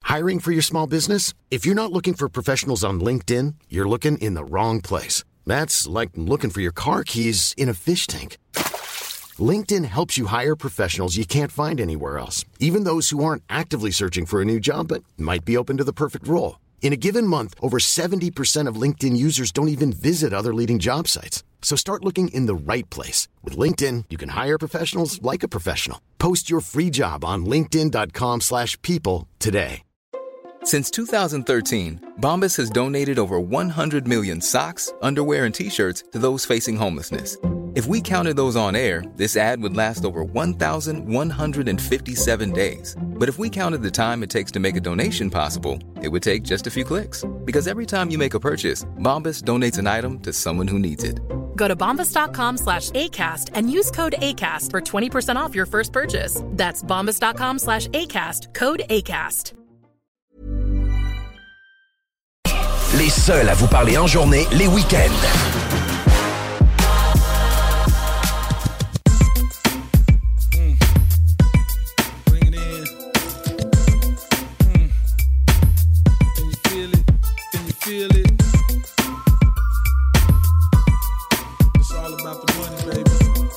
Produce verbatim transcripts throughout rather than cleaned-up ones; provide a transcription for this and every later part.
Hiring for your small business? If you're not looking for professionals on LinkedIn, you're looking in the wrong place. That's like looking for your car keys in a fish tank. LinkedIn helps you hire professionals you can't find anywhere else, even those who aren't actively searching for a new job but might be open to the perfect role. In a given month, over seventy percent of LinkedIn users don't even visit other leading job sites. So start looking in the right place. With LinkedIn, you can hire professionals like a professional. Post your free job on linkedin.com slash people today. Since two thousand thirteen, Bombas has donated over one hundred million socks, underwear, and T-shirts to those facing homelessness. If we counted those on air, this ad would last over one thousand one hundred fifty-seven days. But if we counted the time it takes to make a donation possible, it would take just a few clicks. Because every time you make a purchase, Bombas donates an item to someone who needs it. Go to bombas.com slash ACAST and use code ACAST for twenty percent off your first purchase. That's bombas.com slash ACAST, code ACAST. Les seuls à vous parler en journée, les week-ends. Feel it. It's all about the money, baby.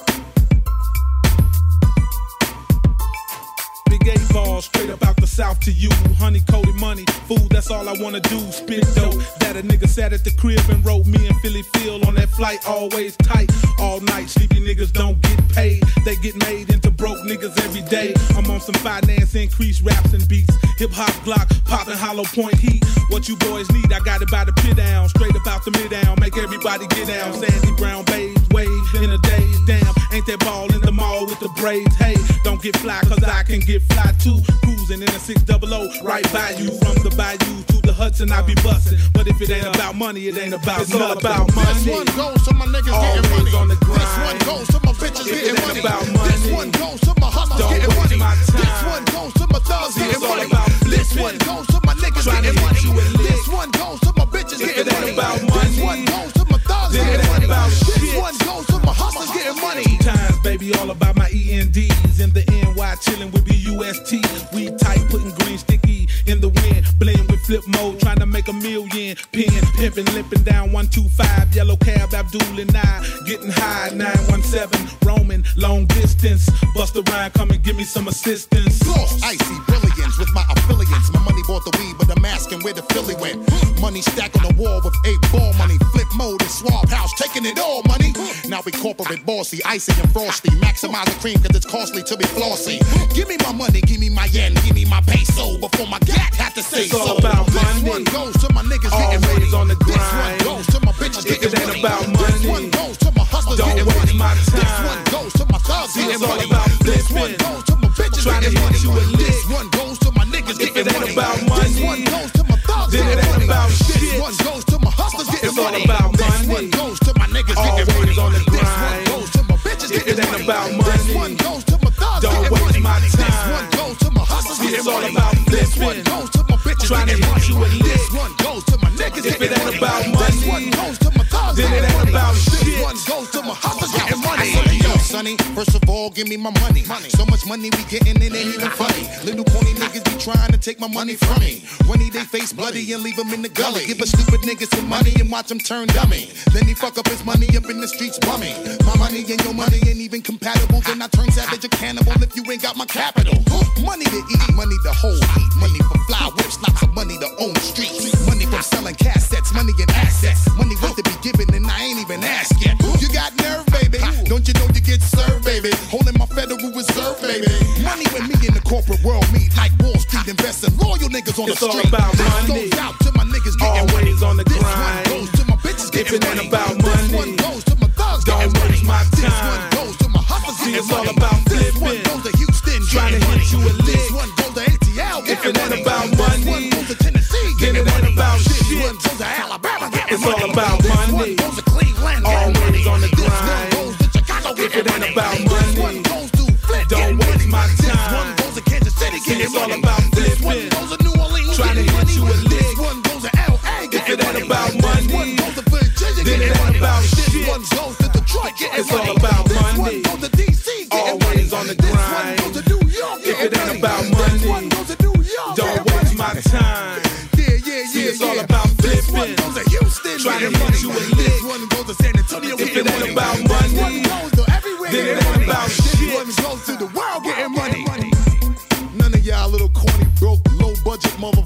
Big eight ball straight up out the south to you. Honey coated money, food, that's all I wanna do. Spit dope. That a nigga sat at the crib and wrote me and Philly Phil on that flight, always tight. All night, sleepy niggas don't get paid. They get made into broke niggas every day. I'm on some finance increase, raps and beats. Hip hop Glock, poppin' hollow point heat. What you boys need, I got it by the pit down. Straight about the mid down, make everybody get down. Sandy Brown, babes, waves in a daze. Damn, ain't that ball in the mall with the braids? Hey, don't get fly, cause I can get fly too. Cruising in a six double O, right by you. From the bayou to the Hudson, I be bustin'. But if it ain't about money, it ain't about it's all about money. This one goes to my niggas Always getting money. On the grind. This one goes to my bitches If getting it money. ain't about money. This one goes to my hustlers Don't getting waste money. my time. This one goes to my thugs See, getting it's all money. about This flipping. one goes to my niggas Trying to getting hit money. you with This lick. one goes to my bitches If getting it ain't money. about This money, one goes to my thugs then getting it ain't money. about This shit. one goes to my hustlers getting money. Times, baby, all about my E N Ds. In the N Y, chillin' with B U S T. We tight, putting green sticky in the wind. Blend with flip mode, trying to make a million. Pen, pimpin', limpin' down one two five. Yellow cab, Abdul and I. Getting high, nine one seven. Roaming, long distance. Bust a rhyme, come and give me some assistance. Floss, icy brilliance with my affiliates. My money bought the weed, but I'm asking where the Philly went. Money stacked on the wall with eight ball money. Flip mode and swab house, taking it all money. Now we corporate bossy, icy and frosty. Maximize the cream cause it's costly to be flossy. Give me my money, give me my yen, give me my peso. Before my gat had to say It's all so. about This money. one goes to my niggas getting Always money. on the This grind. one goes to my bitches If getting it ain't money. about This money, one goes to my hustlers don't getting waste money. my This time. one goes to my thugs See, getting it's all money. about This flipping. one goes to my bitches Trying to getting hit money. you with This lick. one goes to my niggas If getting it ain't money. about This money, one goes to my thugs then it getting ain't money. about This shit. one goes to my hustlers getting It's all money. about This money. one goes to my niggas getting Always money. on the This one grind. goes to my bitches If getting it ain't money. about This money, one goes to my thugs don't getting waste money. my This time. one goes to my hustlers See, getting it's all money. about This flipping. one goes to my bitches Trying to getting hit money. you with This lick. one goes to my niggas If it getting ain't money. about This money, one goes to my thugs then it getting ain't money. about This shit. one goes to my hustlers getting money. Yo, sonny, first of all, give me my money. So much money we getting, it ain't even funny. Little corny niggas be trying to take my money from me. Runny, they face bloody and leave them in the gully. Give a stupid nigga some money and watch him turn dummy. Then he fuck up his money up in the streets bummy. My money and your money ain't even compatible. Then I turn savage a cannibal if you ain't got my capital. Money to eat, money to hold heat. Money for fly whips, lots of money to own streets. Money from selling cassettes, money and assets. Money wait to be given and I ain't even asked yet. You got nerve, baby. Don't you know you get served, baby? Holding my Federal Reserve, baby. Money when me in the corporate world meet. Like Wall Street investing, loyal niggas on It's the all street. about This money. goes out to my niggas getting money. Always on the This grind. one goes to my bitches If getting it ain't money. about This money, one goes to my thugs don't getting money. waste my This time. one goes to my hustlers See, getting it's all money. about This one flipping. goes to Houston Trying getting to hit money. you with This lick. one goes to A T L If getting it ain't money. about This money, one goes to Tennessee then getting it ain't money. about This shit. one goes to Alabama getting It's all money. about This money. one goes to Cleveland getting Always money. on the This one grind. goes to Chicago If getting it ain't money. about This money, one goes to Flint don't getting waste money. my This time. one goes to Kansas City See, getting it's all money. about This one flipping. goes to New Orleans Trying to getting hit money. you with This lick. one goes to L A If getting it ain't money. about This money, one goes to Virginia then getting it ain't money. about This shit. one goes to Detroit getting It's all money. about This money. one goes to D C getting money. Always on the This grind. one goes to New York If getting it ain't money. about This money, one goes to New York don't getting waste money. my This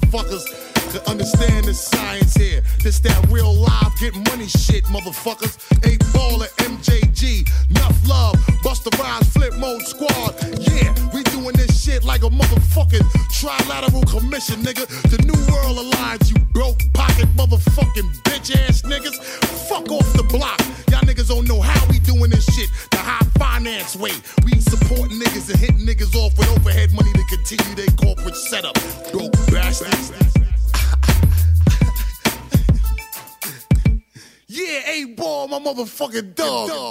motherfuckers could understand the science here. This that real live get money shit, motherfuckers. Eight Ball and M J G, enough love. Busta Rhymes, Flip Mode Squad. Yeah, we doing this shit like a motherfucking trilateral commission, nigga. The New World Alliance, you broke pocket motherfucking bitch ass niggas. Fuck off the block. Y'all niggas don't know how we doing this shit the high finance way. We support niggas and hit niggas off with overhead money to continue their corporate setup. Broke bastards. Yeah, eight Ball, my motherfucking dog. dog.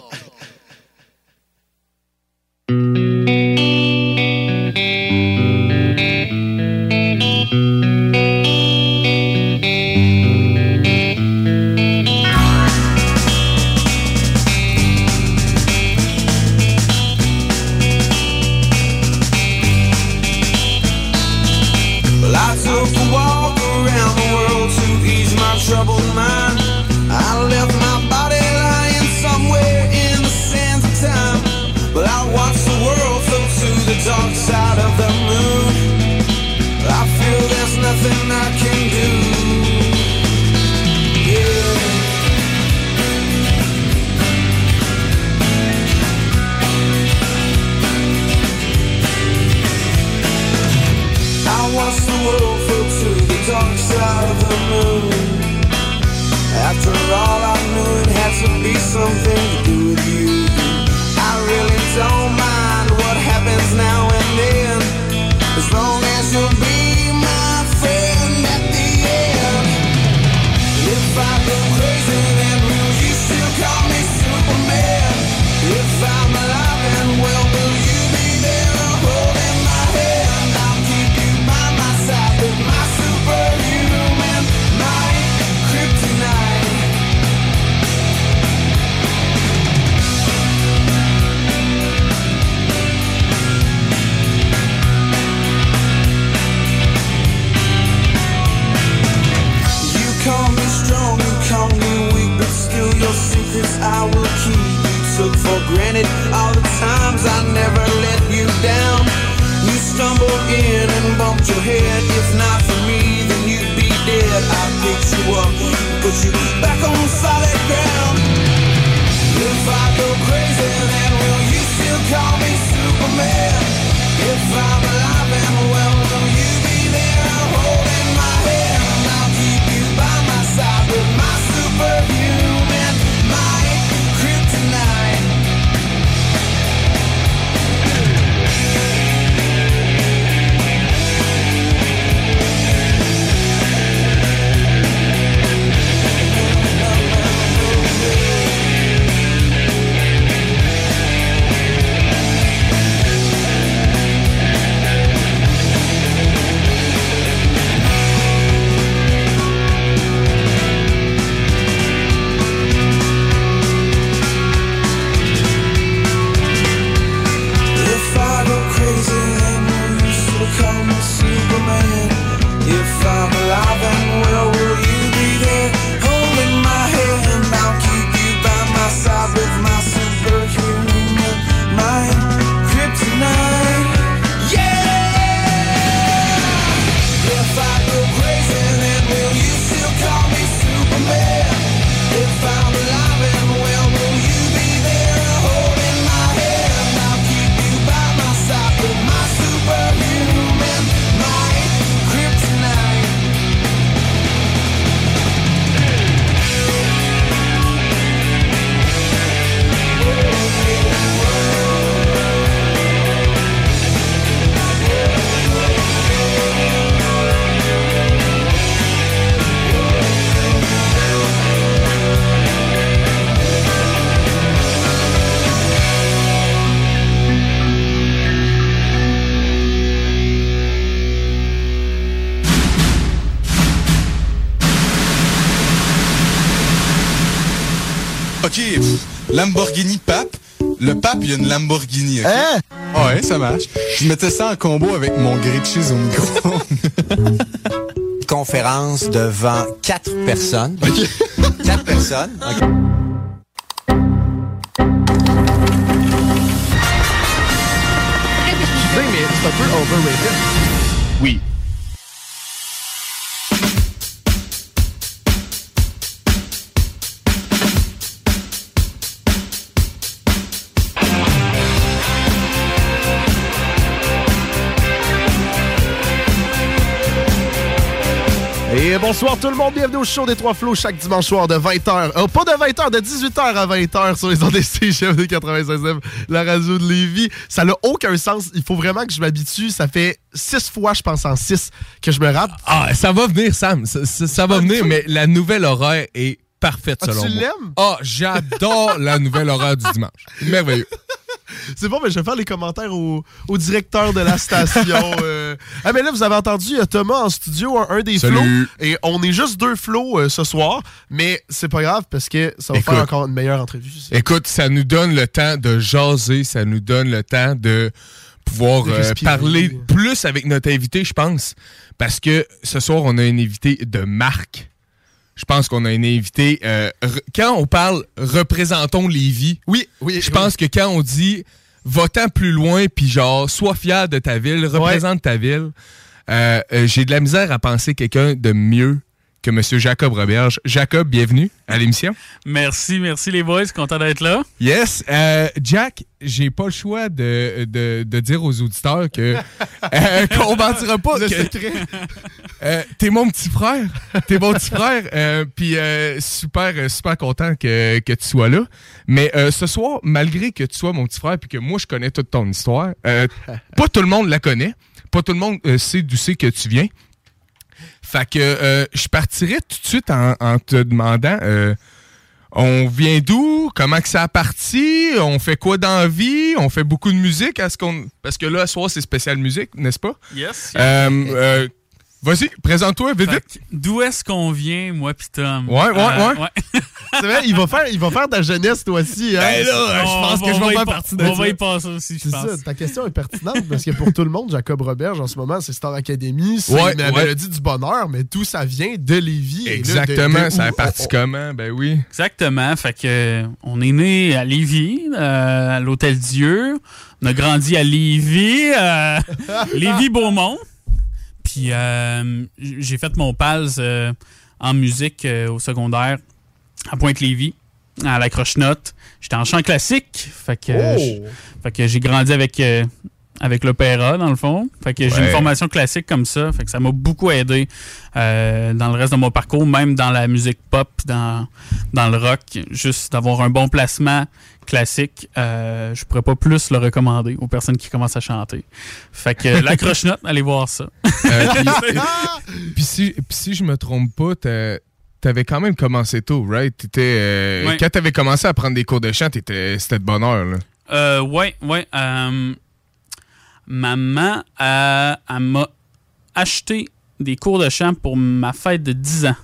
Well, I took a walk around the world to ease my troubled mind. I left my body lying somewhere in the sands of time. But I watched the world float to the dark side of the moon. I feel there's nothing I can do. Yeah. I watched the world float to the dark side of the moon. After all, I knew it had to be something to do with you. I really don't mind what happens now and then, as long as you'll be my friend at the end. If I go crazy, then will you still call me Superman? If I'm alive and well, will you be there holding my hand? I'll keep you by my side with my superhuman might. Kryptonite. You call me strong, you call me weak, but still your secrets I will keep. You took for granted all the times I never let you down. You stumbled in and bumped your head. If not for me, then you'd be dead. I picked you up, put you back on solid ground. If I go crazy, then will you still call me Superman? If I'm alive and well, will you be there holding my hand? I'll keep you by my side with my superhuman might. Kryptonite. If I go crazy, then will you still call me Superman? If I'm alive and well, will you be there holding my hand? I'll keep you by my side with my superhuman mind. Kryptonite. Yeah! If I go crazy, then will you still call me Superman? If I'm alive and well, will you be there holding my hand? I'll keep you by my side with my superhuman might. Kryptonite. OK, Lamborghini pape. Le pape, il y a une Lamborghini, OK? Hein? Ouais, ça marche. Je mettais ça en combo avec mon grilled cheese au micro. Conférence devant quatre personnes. OK. Quatre personnes. OK. mais c'est un peu overrated. Oui. Et bonsoir tout le monde, bienvenue au show des Trois Flots chaque dimanche soir de vingt heures. Euh, pas de vingt heures, de dix-huit heures à vingt heures sur les ondes des C G M D quatre-vingt-seize F, la radio de Lévis. Ça n'a aucun sens, il faut vraiment que je m'habitue. Ça fait six fois, je pense en six, que je me rate. Ah, ça va venir, Sam, ça, ça, ça va venir, mais la nouvelle horaire est parfaite Ah, selon tu moi. l'aimes? Ah, j'adore la nouvelle horaire du dimanche. Merveilleux. C'est bon, mais je vais faire les commentaires au, au directeur de la station. euh. Ah, mais là, vous avez entendu, il y a Thomas en studio, un, un des Salut. flots. Et on est juste deux flots euh, ce soir, mais c'est pas grave parce que ça va Écoute. faire encore une meilleure entrevue. Écoute, ça nous donne le temps de jaser, ça nous donne le temps de pouvoir De euh, respirer. parler plus avec notre invité, je pense. Parce que ce soir, on a un invité de marque. Je pense qu'on a un invité... euh, re- quand on parle « représentons Lévis », oui, oui, je oui. pense que quand on dit « va-t'en plus loin », puis genre « sois fier de ta ville, représente ta ville euh, euh, », j'ai de la misère à penser quelqu'un de mieux que M. Jacob Roberge. Jacob, bienvenue à l'émission. Merci, merci les boys, content d'être là. Yes. Euh, Jack, j'ai pas le choix de, de, de dire aux auditeurs que euh, qu'on mentira pas. Le que, secret. euh, t'es mon petit frère. T'es mon petit frère. Euh, Puis euh, super, euh, super content que, que tu sois là. Mais euh, ce soir, malgré que tu sois mon petit frère puis que moi, je connais toute ton histoire, euh, pas tout le monde la connaît. Pas tout le monde euh, sait d'où c'est que tu viens. Fait que euh, je partirais tout de suite en, en te demandant... Euh, on vient d'où? Comment que ça a parti? On fait quoi dans la vie? On fait beaucoup de musique? Est-ce qu'on... Parce que là, ce soir, c'est spécial musique, n'est-ce pas? Yes. Euh, euh, vas-y, présente-toi, vite, vite. D'où est-ce qu'on vient, moi pis Tom? Ouais, ouais, Euh, ouais. C'est vrai, il va faire, il va faire ta jeunesse, toi aussi. Hein? Ben là, je On- pense on que je va vais y faire pa- partie de On ça. va y passer aussi, je C'est pense. ça, ta question est pertinente parce que pour tout le monde, Jacob Roberge, en ce moment, c'est Star Academy, c'est Ouais, la ouais. mélodie du bonheur, mais tout ça vient de Lévis. Et là, de- Exactement, de ça où a parti on- comment? Ben oui. Exactement. Fait que euh, on est né à Lévis, euh, à l'Hôtel Dieu. On a grandi à Lévis, euh, Lévis-Beaumont. Puis euh, j'ai fait mon P A L S euh, en musique euh, au secondaire à Pointe-Lévis, à la Croche-Note. J'étais en chant classique. Fait que, euh, Oh! j- fait que j'ai grandi avec, euh, avec l'opéra, dans le fond. Fait que j'ai Ouais. une formation classique comme ça. Fait que ça m'a beaucoup aidé euh, dans le reste de mon parcours, même dans la musique pop, dans, dans le rock. Juste d'avoir un bon placement classique, euh, je pourrais pas plus le recommander aux personnes qui commencent à chanter. Fait que la croche-note, allez voir ça. Euh, puis, puis si, puis si je me trompe pas, t'as- t'avais quand même commencé tôt, right? T'étais, euh, Ouais. Quand t'avais commencé à prendre des cours de chant, t'étais- c'était de bonne heure, là. Euh, ouais, ouais. Euh, maman, euh, elle m'a acheté des cours de chant pour ma fête de dix ans.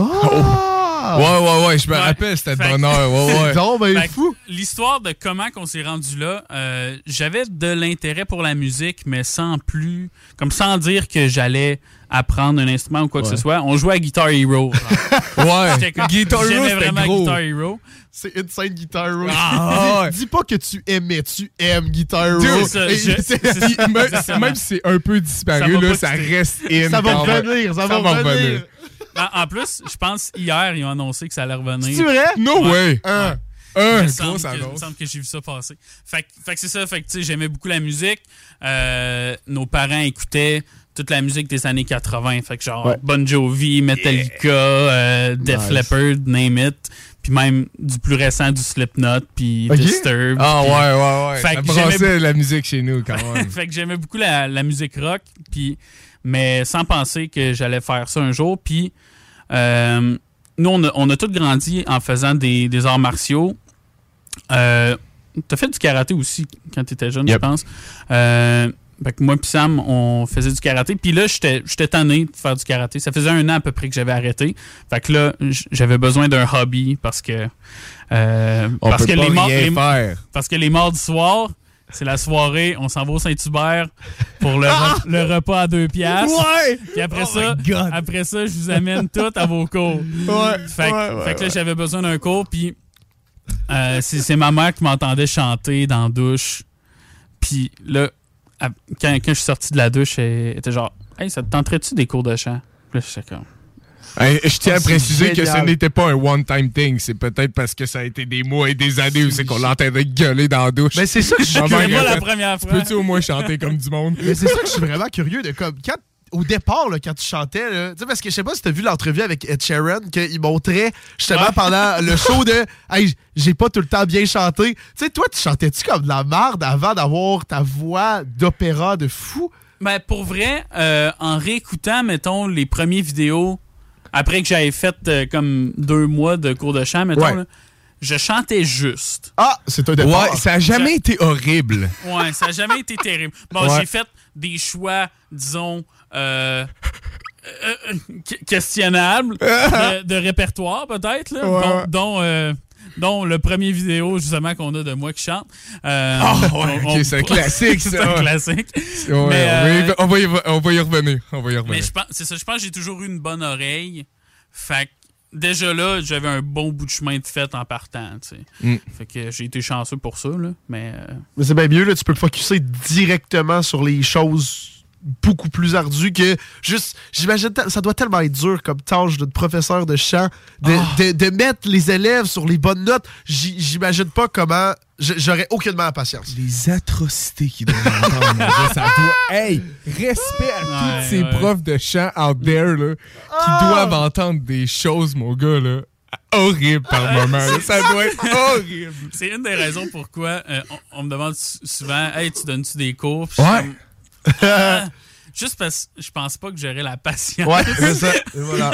Oh! Ouais, ouais, ouais, je me Ouais. rappelle, c'était de Fait que- bonne heure, ouais, ouais. C'est donc ben Fait que fou! L'histoire de comment qu'on s'est rendu là, euh, j'avais de l'intérêt pour la musique, mais sans plus, comme sans dire que j'allais apprendre un instrument ou quoi que Ouais. ce soit. On jouait à Guitar Hero. Ouais, J'étais comme- Guitar Hero, J'aimais c'était vraiment gros. Guitar Hero. C'est Inside Guitar Hero. Ah, ouais. dis, dis pas que tu aimais, tu aimes Guitar Hero. Dude, ça, Et- je- c'est- c'est ça. Même, Exactement. même si c'est un peu Ça disparu, va là, pas ça quitter. reste in. ça va quand même. revenir, ça, Ça va va revenir. revenir. En, en plus, je pense hier, ils ont annoncé que ça allait revenir. C'est vrai? No Ouais. way! Hein? Un, Il me grosse semble que- il me annonce. semble que j'ai vu ça passer. Fait, que- fait que c'est ça. Fait que, tu sais, j'aimais beaucoup la musique. Euh, nos parents écoutaient toute la musique des années quatre-vingts. Fait que genre Ouais. Bon Jovi, Metallica, euh, Def Nice. Leppard, name it. Puis même du plus récent, du Slipknot, puis Ok. Disturbed. Ah puis- ouais, ouais, ouais. Fait Ça que j'aimais brassait la musique chez nous, quand même. fait que j'aimais beaucoup la, la musique rock, puis mais sans penser que j'allais faire ça un jour. Puis euh, nous, on a, on a tous grandi en faisant des, des arts martiaux. Euh, T'as fait du karaté aussi quand t'étais jeune, Yep. je pense. Euh, fait que moi et Sam, on faisait du karaté. Puis là, j'étais j'étais tanné de faire du karaté. Ça faisait un an à peu près que j'avais arrêté. Fait que là, j- j'avais besoin d'un hobby parce que... euh, On parce peut que pas les morts- rien les- faire. parce que les mardis soirs, c'est la soirée, on s'en va au Saint-Hubert pour le, re- le repas à deux piastres. Ouais! Puis après Oh ça, my God. après ça, je vous amène tout à vos cours. Ouais, Fait, que- ouais, ouais, fait que là, ouais. j'avais besoin d'un cours, puis euh, c'est c'est ma mère qui m'entendait chanter dans la douche. Puis là, à- quand, quand je suis sorti de la douche, elle était genre « Hey, ça te tenterait-tu des cours de chant? » Puis là, j'étais comme... Hey, je tiens Oh, à c'est préciser que ce génial. n'était pas un one-time thing. C'est peut-être parce que ça a été des mois et des années où c'est qu'on l'entendait gueuler dans la douche. Mais c'est ça que je suis Ma C'était mère pas a la fait, première Tu fois. peux-tu au moins chanter comme du monde? Mais c'est ça que je suis vraiment curieux de comme quand au départ, là, quand tu chantais, là, parce que je sais pas si tu as vu l'entrevue avec Ed Sheeran, qu'il montrait justement ouais. pendant le show de hey, j'ai pas tout le temps bien chanté. Tu sais, toi, tu chantais-tu comme de la merde avant d'avoir ta voix d'opéra de fou? Ben, pour vrai, euh, en réécoutant, mettons, les premières vidéos, après que j'avais fait euh, comme deux mois de cours de chant, mettons, ouais. là, je chantais juste. Ah, c'est un départ. Ouais, ça a jamais J'a... été horrible. Ouais, ça a jamais été terrible. Bon, ouais. j'ai fait des choix, disons, euh, euh, questionnables de, de répertoire, peut-être, là, ouais. dont... dont euh, dont le premier vidéo, justement, qu'on a de moi qui chante. Euh, oh, ouais, on, OK, c'est un classique, ça. C'est un classique. Ouais, mais, euh, on, va y, on va y revenir. On va y revenir. Mais je pense, c'est ça, je pense que j'ai toujours eu une bonne oreille. Fait que déjà là, j'avais un bon bout de chemin de fait en partant, tu sais. Mm. Fait que j'ai été chanceux pour ça, là. Mais, euh... mais c'est bien mieux, là. Tu peux te focusser directement sur les choses beaucoup plus ardu que juste, j'imagine, ça doit tellement être dur comme tâche de professeur de chant de, oh. de, de mettre les élèves sur les bonnes notes. J- j'imagine pas comment, j'aurais aucunement la patience. Les atrocités qu'ils doivent entendre, mon gars, ça doit, hey, respect à ouais, tous ces ouais. profs de chant out there, là, qui oh. doivent entendre des choses, mon gars, là, horribles par moment. Là. Ça doit être horrible. C'est une des raisons pourquoi euh, on, on me demande souvent, hey, tu donnes-tu des cours? Ouais. Ah, juste parce que je pense pas que j'aurais la patience. Ouais, c'est ça. Et voilà.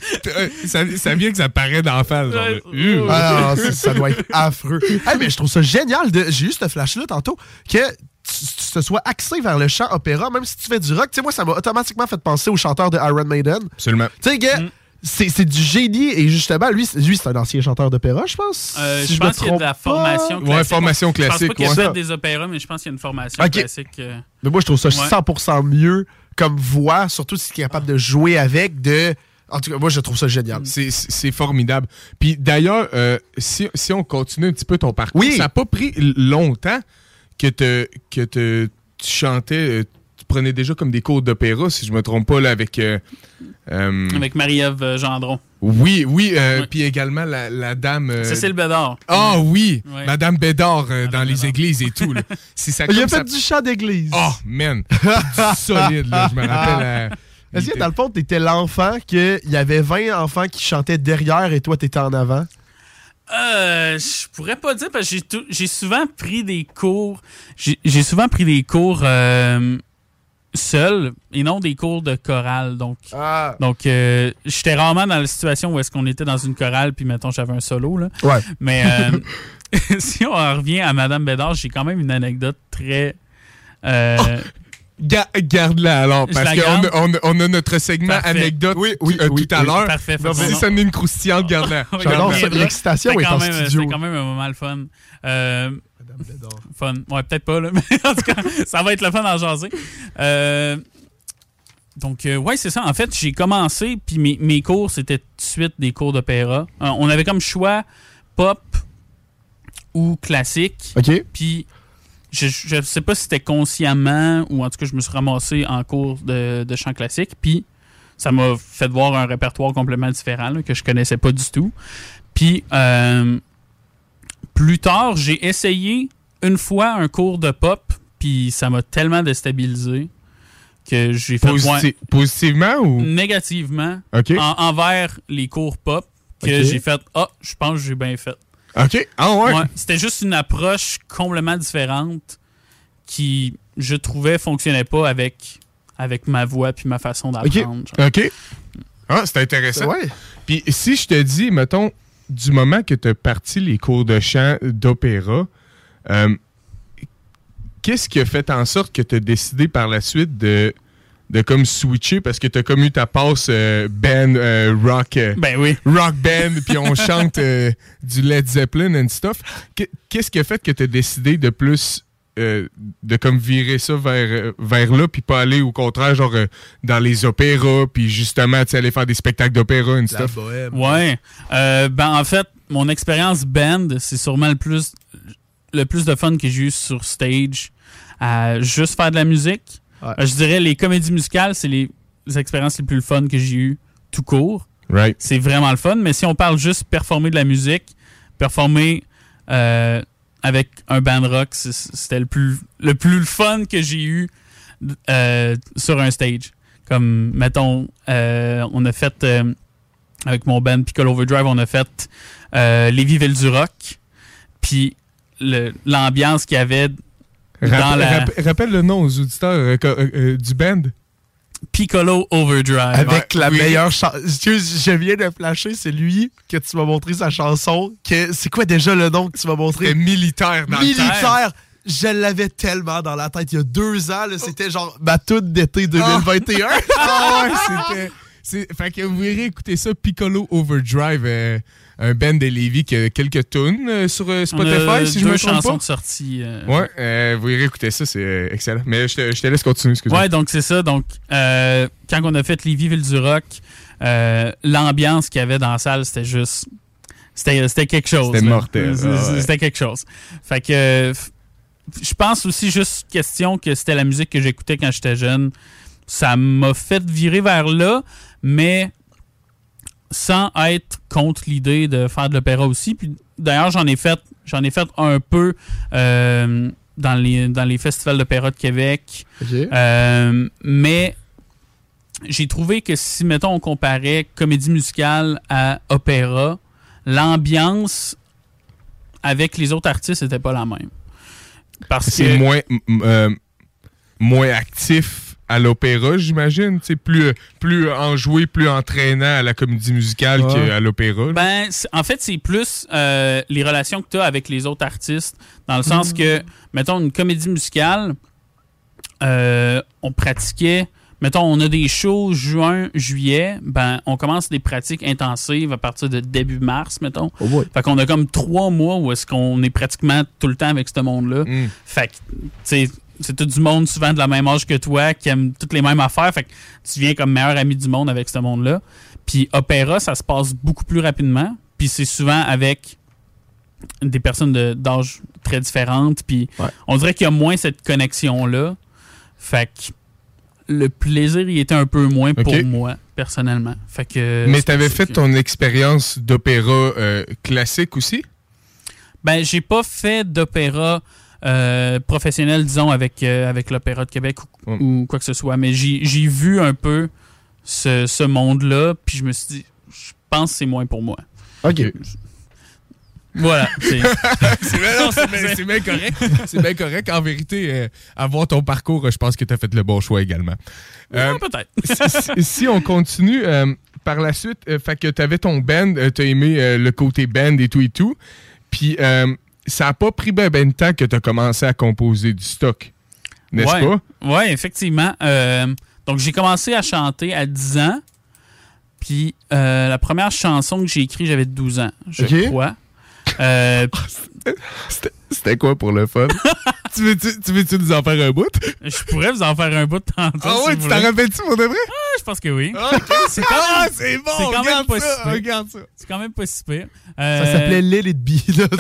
ça, ça vient que ça paraît d'en face. Genre, ouais. ah, non, ça doit être affreux. Hey, mais je trouve ça génial. De, j'ai eu ce flash-là tantôt que tu, tu te sois axé vers le chant opéra, même si tu fais du rock. Tu sais, moi, ça m'a automatiquement fait penser au chanteur de Iron Maiden. Absolument. Tu sais, gars. Mm. C'est, c'est du génie et justement, lui, lui c'est un ancien chanteur d'opéra, je pense. Euh, si je, je pense qu'il y a de la formation classique. Ouais, formation classique. Je pense pas qu'il ouais. y a fait des opéras, mais je pense qu'il y a une formation okay. classique. Euh... Mais moi, je trouve ça ouais. cent pour cent mieux comme voix, surtout si tu es capable de jouer avec, de... En tout cas, moi, je trouve ça génial. C'est, c'est formidable. Puis d'ailleurs, euh, si, si on continue un petit peu ton parcours, oui. ça n'a pas pris longtemps que, te, que te, tu chantais... Tu prenais déjà comme des cours d'opéra, si je me trompe pas, là, avec... Euh, euh, avec Marie-Ève Gendron. Oui, oui. Euh, ouais. Puis également la, la dame... Euh... Cécile Bédard. Ah oh, oui, ouais. Madame Bédard euh, Madame dans Bédard. Les églises et tout. Là. C'est ça, il a ça... fait du chant d'église. Oh, man. Du solide, là. Je me rappelle... Euh, Est-ce que dans le fond, t'étais l'enfant qu'il y avait vingt enfants qui chantaient derrière et toi, t'étais en avant? Euh, je pourrais pas dire parce que j'ai, tout, j'ai souvent pris des cours... J'ai, j'ai souvent pris des cours... Euh, seul et non des cours de chorale. Donc, ah. donc euh, j'étais rarement dans la situation où est-ce qu'on était dans une chorale puis, mettons, j'avais un solo. Là. Ouais. Mais euh, si on en revient à Madame Bédard, j'ai quand même une anecdote très... Euh, oh. Ga- garde-la alors, parce qu'on on, on a notre segment Parfait. Anecdote oui, oui, euh, oui, tout à oui. l'heure. Parfait. Non, si ça n'est une croustillante, garde-la. J'adore ça. L'excitation est en même, studio. C'est quand même un moment le fun. Euh, fun. Ouais, peut-être pas, là, mais en tout cas, ça va être le fun à jaser. Euh, donc, euh, ouais, c'est ça. En fait, j'ai commencé, puis mes, mes cours, c'était tout de suite des cours d'opéra. Euh, on avait comme choix pop ou classique. OK. Puis, je, je sais pas si c'était consciemment ou en tout cas, je me suis ramassé en cours de, de chant classique. Puis, ça m'a fait voir un répertoire complètement différent là, que je connaissais pas du tout. Puis, euh, plus tard, j'ai essayé une fois un cours de pop, puis ça m'a tellement déstabilisé que j'ai fait... Posit- point, positivement ou... Négativement, okay. en, envers les cours pop, que okay. j'ai fait « Ah, je pense que j'ai bien fait. » OK. Ah ouais. ouais. C'était juste une approche complètement différente qui, je trouvais, fonctionnait pas avec, avec ma voix puis ma façon d'apprendre. OK. OK. Ah, c'est intéressant. Ouais. Puis si je te dis, mettons, du moment que tu as parti les cours de chant d'opéra, euh, qu'est-ce qui a fait en sorte que tu as décidé par la suite de, de comme switcher parce que tu as comme eu ta passe euh, band euh, rock euh, ben oui. rock band puis on chante euh, du Led Zeppelin and stuff. Qu'est-ce qui a fait que tu as décidé de plus euh, de comme virer ça vers, vers là puis pas aller au contraire genre euh, dans les opéras puis justement tu sais aller faire des spectacles d'opéra and stuff. Bohème. Ouais. Euh, ben en fait, mon expérience band, c'est sûrement le plus le plus de fun que j'ai eu sur stage à juste faire de la musique. Ouais. Je dirais les comédies musicales, c'est les, les expériences les plus fun que j'ai eues tout court. Right. C'est vraiment le fun, mais si on parle juste performer de la musique, performer euh, avec un band rock, c'était le plus le plus fun que j'ai eu euh, sur un stage. Comme, mettons, euh, on a fait, euh, avec mon band Piccolo Overdrive, on a fait euh, Lévis-Ville-du-Roc. Puis le, l'ambiance qu'il y avait dans Rappel, la... rappel, rappelle le nom aux auditeurs euh, euh, euh, du band. Piccolo Overdrive. Avec ouais, la oui. meilleure chanson. Je viens de flasher, c'est lui que tu m'as montré sa chanson. Que... C'est quoi déjà le nom que tu m'as montré? C'était Militaire dans Militaire. le temps. Je l'avais tellement dans la tête il y a deux ans. Là, c'était genre ma toute d'été deux mille vingt et un. Ah ouais, c'était... C'est, fait que vous irez écouter ça, Piccolo Overdrive, euh, un band de Lévis qui a quelques tunes euh, sur euh, Spotify, on a si je me deux trompe chansons pas. de sortie. Euh... Ouais, euh, vous irez écouter ça, c'est euh, excellent. Mais je te, je te laisse continuer, excuse-moi. Ouais, donc c'est ça. Donc, euh, quand on a fait Lévis-Ville-du-Roc, euh, l'ambiance qu'il y avait dans la salle, c'était juste... C'était, c'était quelque chose. C'était là. mortel. C'était, Ah ouais. c'était quelque chose. Fait que... euh, je pense aussi juste question que c'était la musique que j'écoutais quand j'étais jeune. Ça m'a fait virer vers là, mais sans être contre l'idée de faire de l'opéra aussi. Puis d'ailleurs, j'en ai fait, j'en ai fait un peu euh, dans les dans les festivals d'opéra de Québec. Okay. Euh, mais j'ai trouvé que si, mettons, on comparait comédie musicale à opéra, l'ambiance avec les autres artistes n'était pas la même. Parce c'est que moins, m- euh, moins actif à l'opéra, j'imagine. C'est plus, plus enjoué, plus entraînant à la comédie musicale Ouais. qu'à l'opéra. là. Ben, c'est- en fait, c'est plus euh, les relations que tu as avec les autres artistes, dans le sens que, mettons, une comédie musicale, euh, on pratiquait, mettons, on a des shows juin, juillet, ben, on commence des pratiques intensives à partir de début mars, mettons. Oh boy. Fait qu'on a comme trois mois où est-ce qu'on est pratiquement tout le temps avec ce monde-là. Mm. Fait que, tu sais, c'est tout du monde souvent de la même âge que toi qui aime toutes les mêmes affaires. Fait que tu viens comme meilleur ami du monde avec ce monde-là. Puis opéra, ça se passe beaucoup plus rapidement. Puis c'est souvent avec des personnes de, d'âge très différentes. Puis Ouais. on dirait qu'il y a moins cette connexion-là. Fait que le plaisir, il était un peu moins pour Ok. moi, personnellement. Fait que, Mais c'est t'avais pour ça fait que- ton expérience d'opéra euh, classique aussi? Ben, j'ai pas fait d'opéra euh, professionnel, disons, avec, euh, avec l'Opéra de Québec ou, Mm. ou quoi que ce soit. Mais j'ai, j'ai vu un peu ce, ce monde-là, puis je me suis dit, je pense que c'est moins pour moi. OK. Voilà. c'est- c'est, bien, non, c'est, bien, c'est bien correct. C'est bien correct. En vérité, euh, à voir ton parcours, je pense que tu as fait le bon choix également. Euh, Ouais, peut-être. si, si- si on continue, euh, par la suite, euh, fait que tu avais ton band, tu as aimé euh, le côté band et tout et tout. Puis euh, ça n'a pas pris ben, ben de temps que tu as commencé à composer du stock. N'est-ce ouais. pas? Oui, effectivement. Euh, donc, j'ai commencé à chanter à dix ans. Puis, euh, la première chanson que j'ai écrite, j'avais douze ans, je Ok. crois. Euh, C'était, c'était quoi pour le fun? tu, veux-tu, tu veux-tu nous en faire un bout? je pourrais vous en faire un bout de tantôt. Ah si ouais, vous tu t'en voulez. rappelles-tu pour de vrai? Je pense que oui. c'est quand même, c'est bon, c'est quand même regarde pas ça, si pire. regarde ça. C'est quand même pas si pire. Ça Euh, s'appelait Lil It Be. là.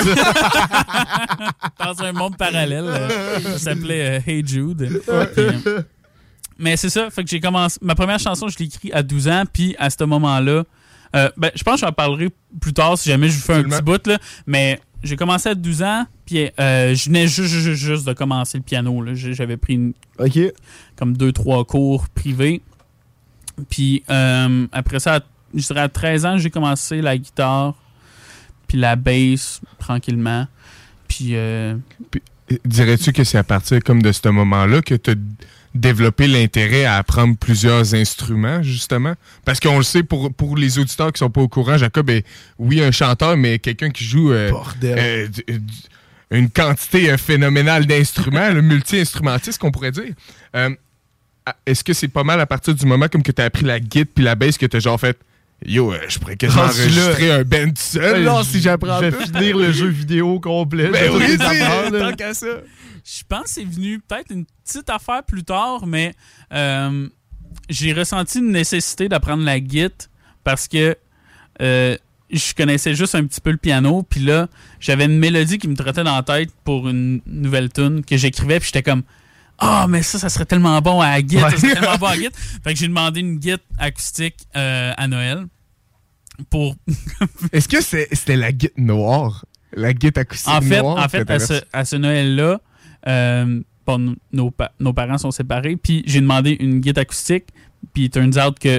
Dans un monde parallèle. euh, ça s'appelait euh, Hey Jude. Puis, euh, mais c'est ça. Fait que j'ai commencé. Ma première chanson, je l'ai écrite à douze ans. Puis à ce moment-là, euh, ben, je pense que j'en parlerai plus tard si jamais je vous fais un Absolument. petit bout. Là, mais j'ai commencé à douze ans. Puis euh, je venais juste, juste, juste de commencer le piano. Là. J'ai- J'avais pris une- OK. comme deux, trois cours privés. Puis euh, après ça, à- je dirais à treize ans, j'ai commencé la guitare. Puis la bass, tranquillement. Puis. Euh, Dirais-tu que c'est à partir comme de ce moment-là que tu as développé l'intérêt à apprendre plusieurs instruments, justement? Parce qu'on le sait, pour, pour les auditeurs qui sont pas au courant, Jacob est, oui, un chanteur, mais quelqu'un qui joue euh, Bordel. euh, d- d- une quantité euh, phénoménale d'instruments, le multi-instrumentiste, qu'on pourrait dire. Euh, à- est-ce que c'est pas mal à partir du moment comme que tu as appris la guitare puis la bass que tu as genre fait yo, euh, je pourrais quasiment Rendu là. enregistrer un band tout seul, là, si j'apprends Je tout. vais finir le jeu vidéo complet. Ben de tous oui, les tu sais, apprendre, là. tant qu'à ça. Je pense que c'est venu peut-être une petite affaire plus tard, mais euh, j'ai ressenti une nécessité d'apprendre la guitare parce que euh, je connaissais juste un petit peu le piano. Puis là, j'avais une mélodie qui me trottait dans la tête pour une nouvelle tune que j'écrivais. Puis j'étais comme, ah, oh, mais ça, ça serait tellement bon à la guitare. Ça serait tellement bon à la guitare. Fait que j'ai demandé une guitare acoustique euh, à Noël pour... Est-ce que c'est- c'était la guitare noire? La guitare acoustique En fait, noire? en fait que à t'avais ce, reçue? à ce Noël-là, euh, bon, nos, pa- nos parents sont séparés. Puis j'ai demandé une guitare acoustique. Puis il turns out que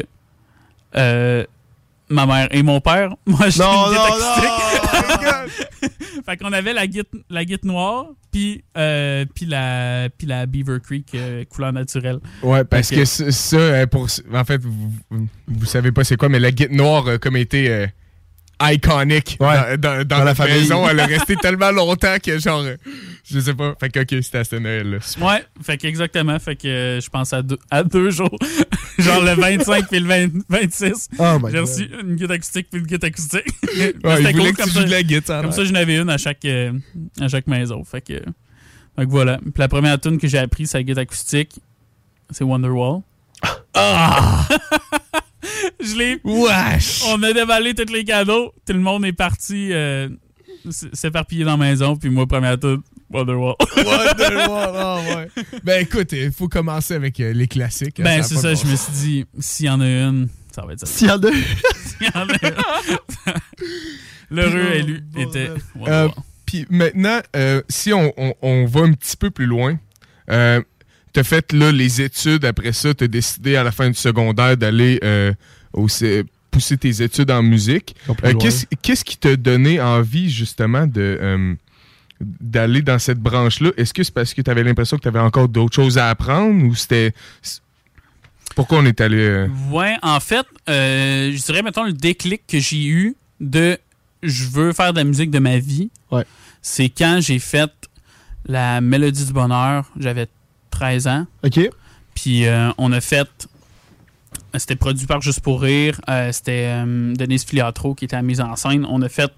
euh, ma mère et mon père, moi j'ai une guitare acoustique. Fait qu'on avait la guitare la guitare noire, puis euh, puis la puis la Beaver Creek euh, couleur naturelle. Ouais, parce okay. que ça, ça pour, en fait, vous, vous, vous savez pas c'est quoi, mais la guitare noire a comme été euh, iconique ouais. dans, dans, dans, dans la famille. maison. Elle a resté tellement longtemps que genre, euh, je sais pas. Fait que ok, c'était à ce Noël-là. Ouais, fait que exactement. Fait que euh, je pense à deux, à deux jours. Genre le vingt-cinq puis le vingt, vingt-six. Oh j'ai reçu une guitare acoustique puis une guitare acoustique. Ouais, il voulait que tu joues de la guitare. Comme ça, j'en avais une à chaque, euh, à chaque maison. Fait que, fait que voilà. Puis la première tune que j'ai appris, c'est la guitare acoustique. C'est Wonderwall. Ah! Je l'ai. Wesh! On a déballé tous les cadeaux. Tout le monde est parti euh, s'éparpiller dans la maison. Puis moi, première tune, Wonderwall. Wonderwall, oh ouais. Ben écoute, il faut commencer avec euh, les classiques. Ben hein, c'est ça, bon. je me suis dit, s'il y en a une, ça va être ça. S'il y en a une. S'il y en a une. L'heureux élu était Wonderwall. Euh, Puis maintenant, euh, si on, on, on va un petit peu plus loin, euh, t'as fait là les études, après ça, t'as décidé à la fin du secondaire d'aller euh, au, pousser tes études en musique. Euh, qu'est-ce, qu'est-ce qui t'a donné envie justement de euh, d'aller dans cette branche-là? Est-ce que c'est parce que t'avais l'impression que t'avais encore d'autres choses à apprendre ou c'était... Pourquoi on est allé... Euh... Ouais, en fait, euh, je dirais, mettons, le déclic que j'ai eu de je veux faire de la musique de ma vie, ouais. c'est quand j'ai fait la Mélodie du Bonheur, j'avais treize ans. OK. Puis euh, on a fait... C'était produit par Juste pour rire. Euh, c'était euh, Denise Filiatro qui était à la mise en scène. On a fait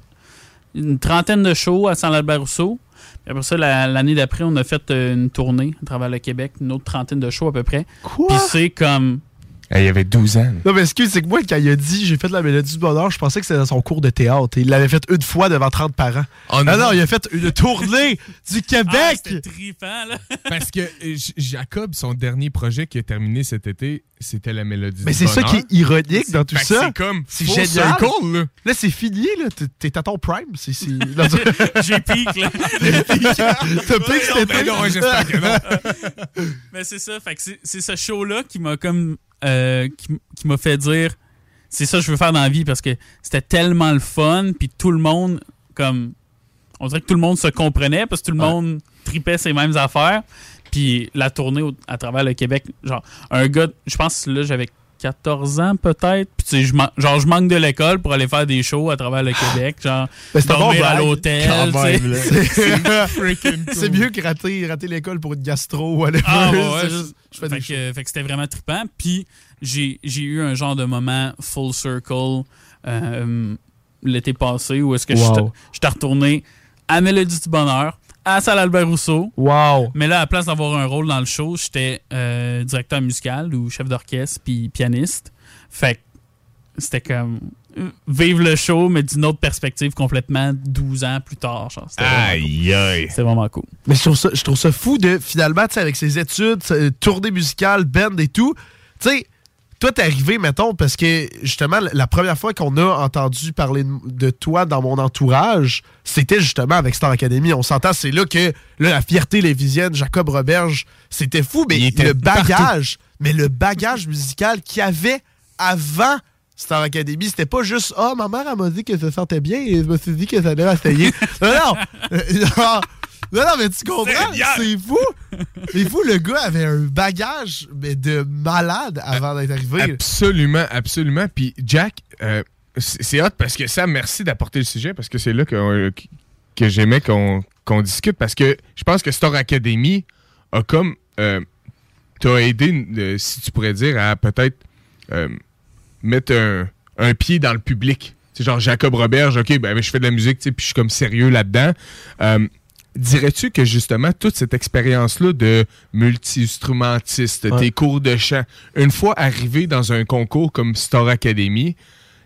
une trentaine de shows à Saint-Albert-Rousseau. Puis après ça, la, l'année d'après, on a fait euh, une tournée à travers le Québec. Une autre trentaine de shows à peu près. Quoi? Puis c'est comme... Il y avait douze ans. Non, mais excuse, c'est que moi, quand il a dit j'ai fait la Mélodie du Bonheur, je pensais que c'était dans son cours de théâtre. Il l'avait fait une fois devant trente parents. Oh non. non, non, il a fait une tournée du Québec. Ah, c'était trippant, là. Parce que euh, Jacob, son dernier projet qui a terminé cet été, c'était la Mélodie mais du Mais c'est Bonheur. ça qui est ironique dans tout ben, ça. C'est comme c'est full génial. Circle, là. Là, c'est fini, là. T'es, t'es à ton prime. C'est, c'est... J'ai pique, là. T'as pique cet été. Ben non, j'espère que non. Mais c'est ça. Fait que c'est, c'est ce show-là qui m'a comme... Euh, qui, qui m'a fait dire c'est ça que je veux faire dans la vie parce que c'était tellement le fun puis tout le monde comme on dirait que tout le monde se comprenait parce que tout le ouais. monde tripait ses mêmes affaires puis la tournée au, à travers le Québec genre un gars je pense là j'avais quatorze ans peut-être puis tu sais je man- genre je manque de l'école pour aller faire des shows à travers le Québec genre dormir bon à l'hôtel même, c'est, c'est, freaking cool. C'est mieux que rater, rater l'école pour une gastro ou aller ah, ouais, ouais, juste, je fais fait, des que, fait que c'était vraiment trippant puis j'ai, j'ai eu un genre de moment full circle euh, l'été passé où est-ce que wow. j'étais retourné à Mélodie du Bonheur à Saint-Albert-Rousseau. Wow. Mais là, à la place d'avoir un rôle dans le show, j'étais euh, directeur musical ou chef d'orchestre puis pianiste. Fait que c'était comme vivre le show, mais d'une autre perspective complètement douze ans plus tard. Genre, c'était aïe, cool. aïe. C'était vraiment cool. Mais je trouve ça, je trouve ça fou de, finalement, tu sais, avec ses études, tournée musicale, band et tout, tu sais, toi, t'es arrivé, mettons, parce que, justement, la première fois qu'on a entendu parler de toi dans mon entourage, c'était justement avec Star Academy. On s'entend, c'est là que là, la fierté lévisienne, Jacob Roberge, c'était fou, mais le bagage, partout. mais le bagage musical qu'il y avait avant Star Academy, c'était pas juste « Ah, oh, ma mère, elle m'a dit que ça sentait bien et je me suis dit que ça allait essayer. » Non, non! non. Non, non, mais tu comprends? C'est, c'est fou! C'est fou, le gars avait un bagage mais de malade avant d'être arrivé. Absolument, absolument. Puis Jack, euh, c'est, c'est hot parce que Sam, merci d'apporter le sujet parce que c'est là que, que j'aimais qu'on, qu'on discute parce que je pense que Star Academy a comme... Euh, t'a aidé, euh, si tu pourrais dire, à peut-être euh, mettre un, un pied dans le public. C'est genre Jacob Roberge, OK, ben je fais de la musique, puis je suis comme sérieux là-dedans. Euh, Dirais-tu que justement toute cette expérience-là de multi-instrumentiste, ouais. tes cours de chant, une fois arrivé dans un concours comme Star Academy,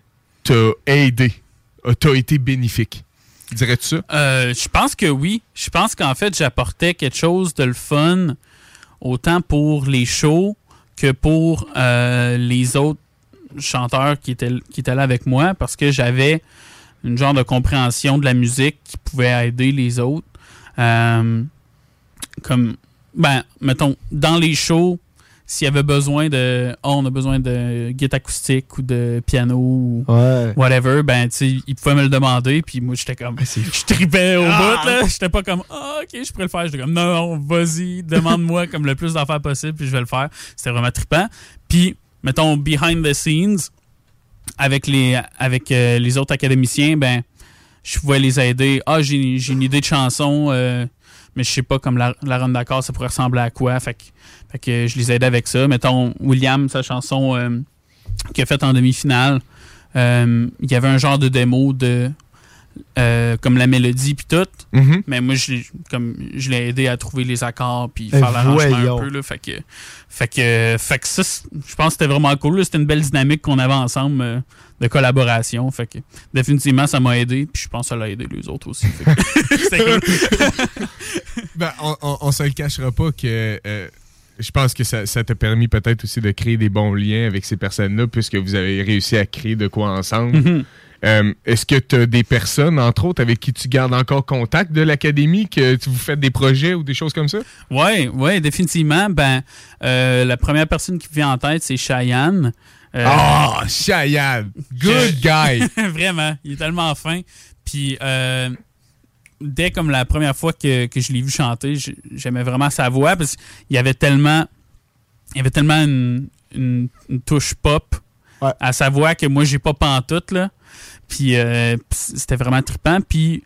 t'a aidé, t'a été bénéfique? Dirais-tu ça? Euh, je pense que oui. Je pense qu'en fait, j'apportais quelque chose de le fun autant pour les shows que pour euh, les autres chanteurs qui étaient, qui étaient là avec moi parce que j'avais une genre de compréhension de la musique qui pouvait aider les autres. Euh, comme ben, mettons, dans les shows, s'il y avait besoin de, oh, on a besoin de guitare acoustique ou de piano ou ouais. whatever, ben, tu sais, ils pouvaient me le demander, puis moi, j'étais comme, je tripais au ah! bout, là. J'étais pas comme, ah, oh, ok, je pourrais le faire. J'étais comme, non, non, vas-y, demande-moi comme le plus d'affaires possible, puis je vais le faire. C'était vraiment trippant. Puis, mettons, behind the scenes, avec les, avec euh, les autres académiciens, ben, je pouvais les aider. Ah, j'ai, j'ai une idée de chanson, euh, mais je sais pas, comme la, la ronde d'accord, ça pourrait ressembler à quoi. Fait que, fait que je les aidais avec ça. Mettons, William, sa chanson euh, qu'il a faite en demi-finale, euh, il y avait un genre de démo de euh, comme la mélodie puis tout. Mm-hmm. Mais moi, je, comme, je l'ai aidé à trouver les accords puis faire l'arrangement un peu. Là, fait que, fait que, fait que ça, je pense que c'était vraiment cool. Là. C'était une belle dynamique qu'on avait ensemble euh, de collaboration. Fait que définitivement, ça m'a aidé. Puis je pense que ça l'a aidé les autres aussi. C'était cool. Ben, on, on, on se le cachera pas que euh, je pense que ça, ça t'a permis peut-être aussi de créer des bons liens avec ces personnes-là puisque vous avez réussi à créer de quoi ensemble. Mm-hmm. Euh, est-ce que tu as des personnes, entre autres, avec qui tu gardes encore contact de l'académie, que tu vous faites des projets ou des choses comme ça? Oui, oui, définitivement. Ben, euh, la première personne qui me vient en tête, c'est Cheyenne. Ah, euh, oh, Cheyenne! Good guy! Vraiment, il est tellement fin. Puis, euh, dès comme la première fois que, que je l'ai vu chanter, j'aimais vraiment sa voix parce qu'il y avait tellement, il y avait tellement une, une, une touche pop ouais. à sa voix que moi, j'ai pas pantoute, là. Puis euh, c'était vraiment trippant. Puis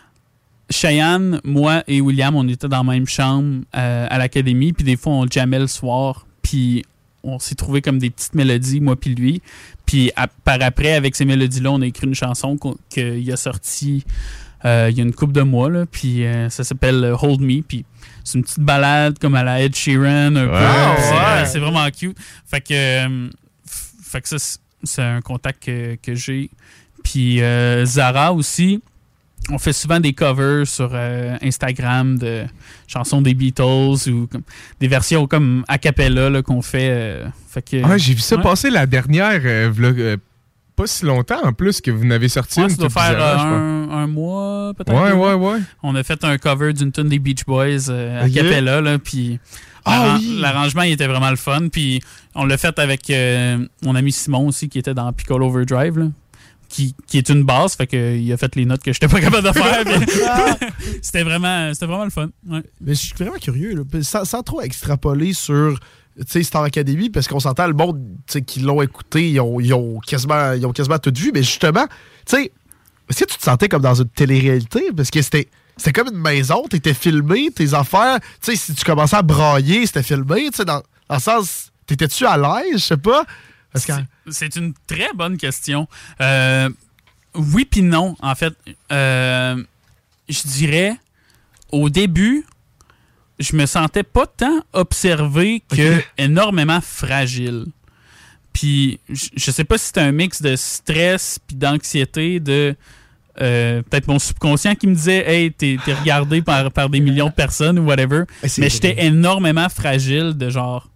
Cheyenne, moi et William, on était dans la même chambre euh, à l'académie. Puis des fois, on jammait le soir. Puis on s'est trouvé comme des petites mélodies, moi puis lui. Puis à, par après, avec ces mélodies-là, on a écrit une chanson qu'il a sortie euh, il y a une couple de mois. Là, puis euh, ça s'appelle Hold Me. Puis c'est une petite balade comme à la Ed Sheeran. Un wow, peu. C'est, ouais. c'est vraiment cute. Fait que, euh, fait que ça, c'est un contact que, que j'ai. Puis euh, Zara aussi, on fait souvent des covers sur euh, Instagram de chansons des Beatles ou comme, des versions comme a cappella là, qu'on fait. Euh, fait que, ah, j'ai vu ça ouais. passer la dernière, euh, vlog, euh, pas si longtemps en plus que vous n'avez sorti. Ouais, une ça doit faire Zara, un, un mois peut-être. Ouais, ouais, ouais. On a fait un cover d'une tune des Beach Boys euh, a cappella, là, puis ah, oui. l'arrangement il était vraiment le fun. Puis on l'a fait avec euh, mon ami Simon aussi qui était dans Piccolo Overdrive, là. Qui, qui est une basse, fait qu'il a fait les notes que j'étais pas capable de faire. c'était, vraiment, c'était vraiment le fun. Ouais. Mais je suis vraiment curieux, là, sans, sans trop extrapoler sur Star Academy, parce qu'on s'entend, le monde qui l'ont écouté, ils ont, ils ont, quasiment, ils ont quasiment tout vu, mais justement, tu sais, est-ce que tu te sentais comme dans une télé-réalité? Parce que c'était, c'était comme une maison, t'étais filmé, tes affaires, tu sais, si tu commençais à brailler, c'était filmé, tu sais, dans, dans le sens, t'étais-tu à l'aise, je sais pas? C'est, c'est une très bonne question. Euh, oui puis non, en fait. Euh, je dirais, au début, je me sentais pas tant observé que okay. énormément fragile. Puis, je, je sais pas si c'était un mix de stress puis d'anxiété, de euh, peut-être mon subconscient qui me disait « Hey, t'es, t'es regardé par, par des millions de personnes » ou whatever. C'est Mais j'étais énormément fragile de genre...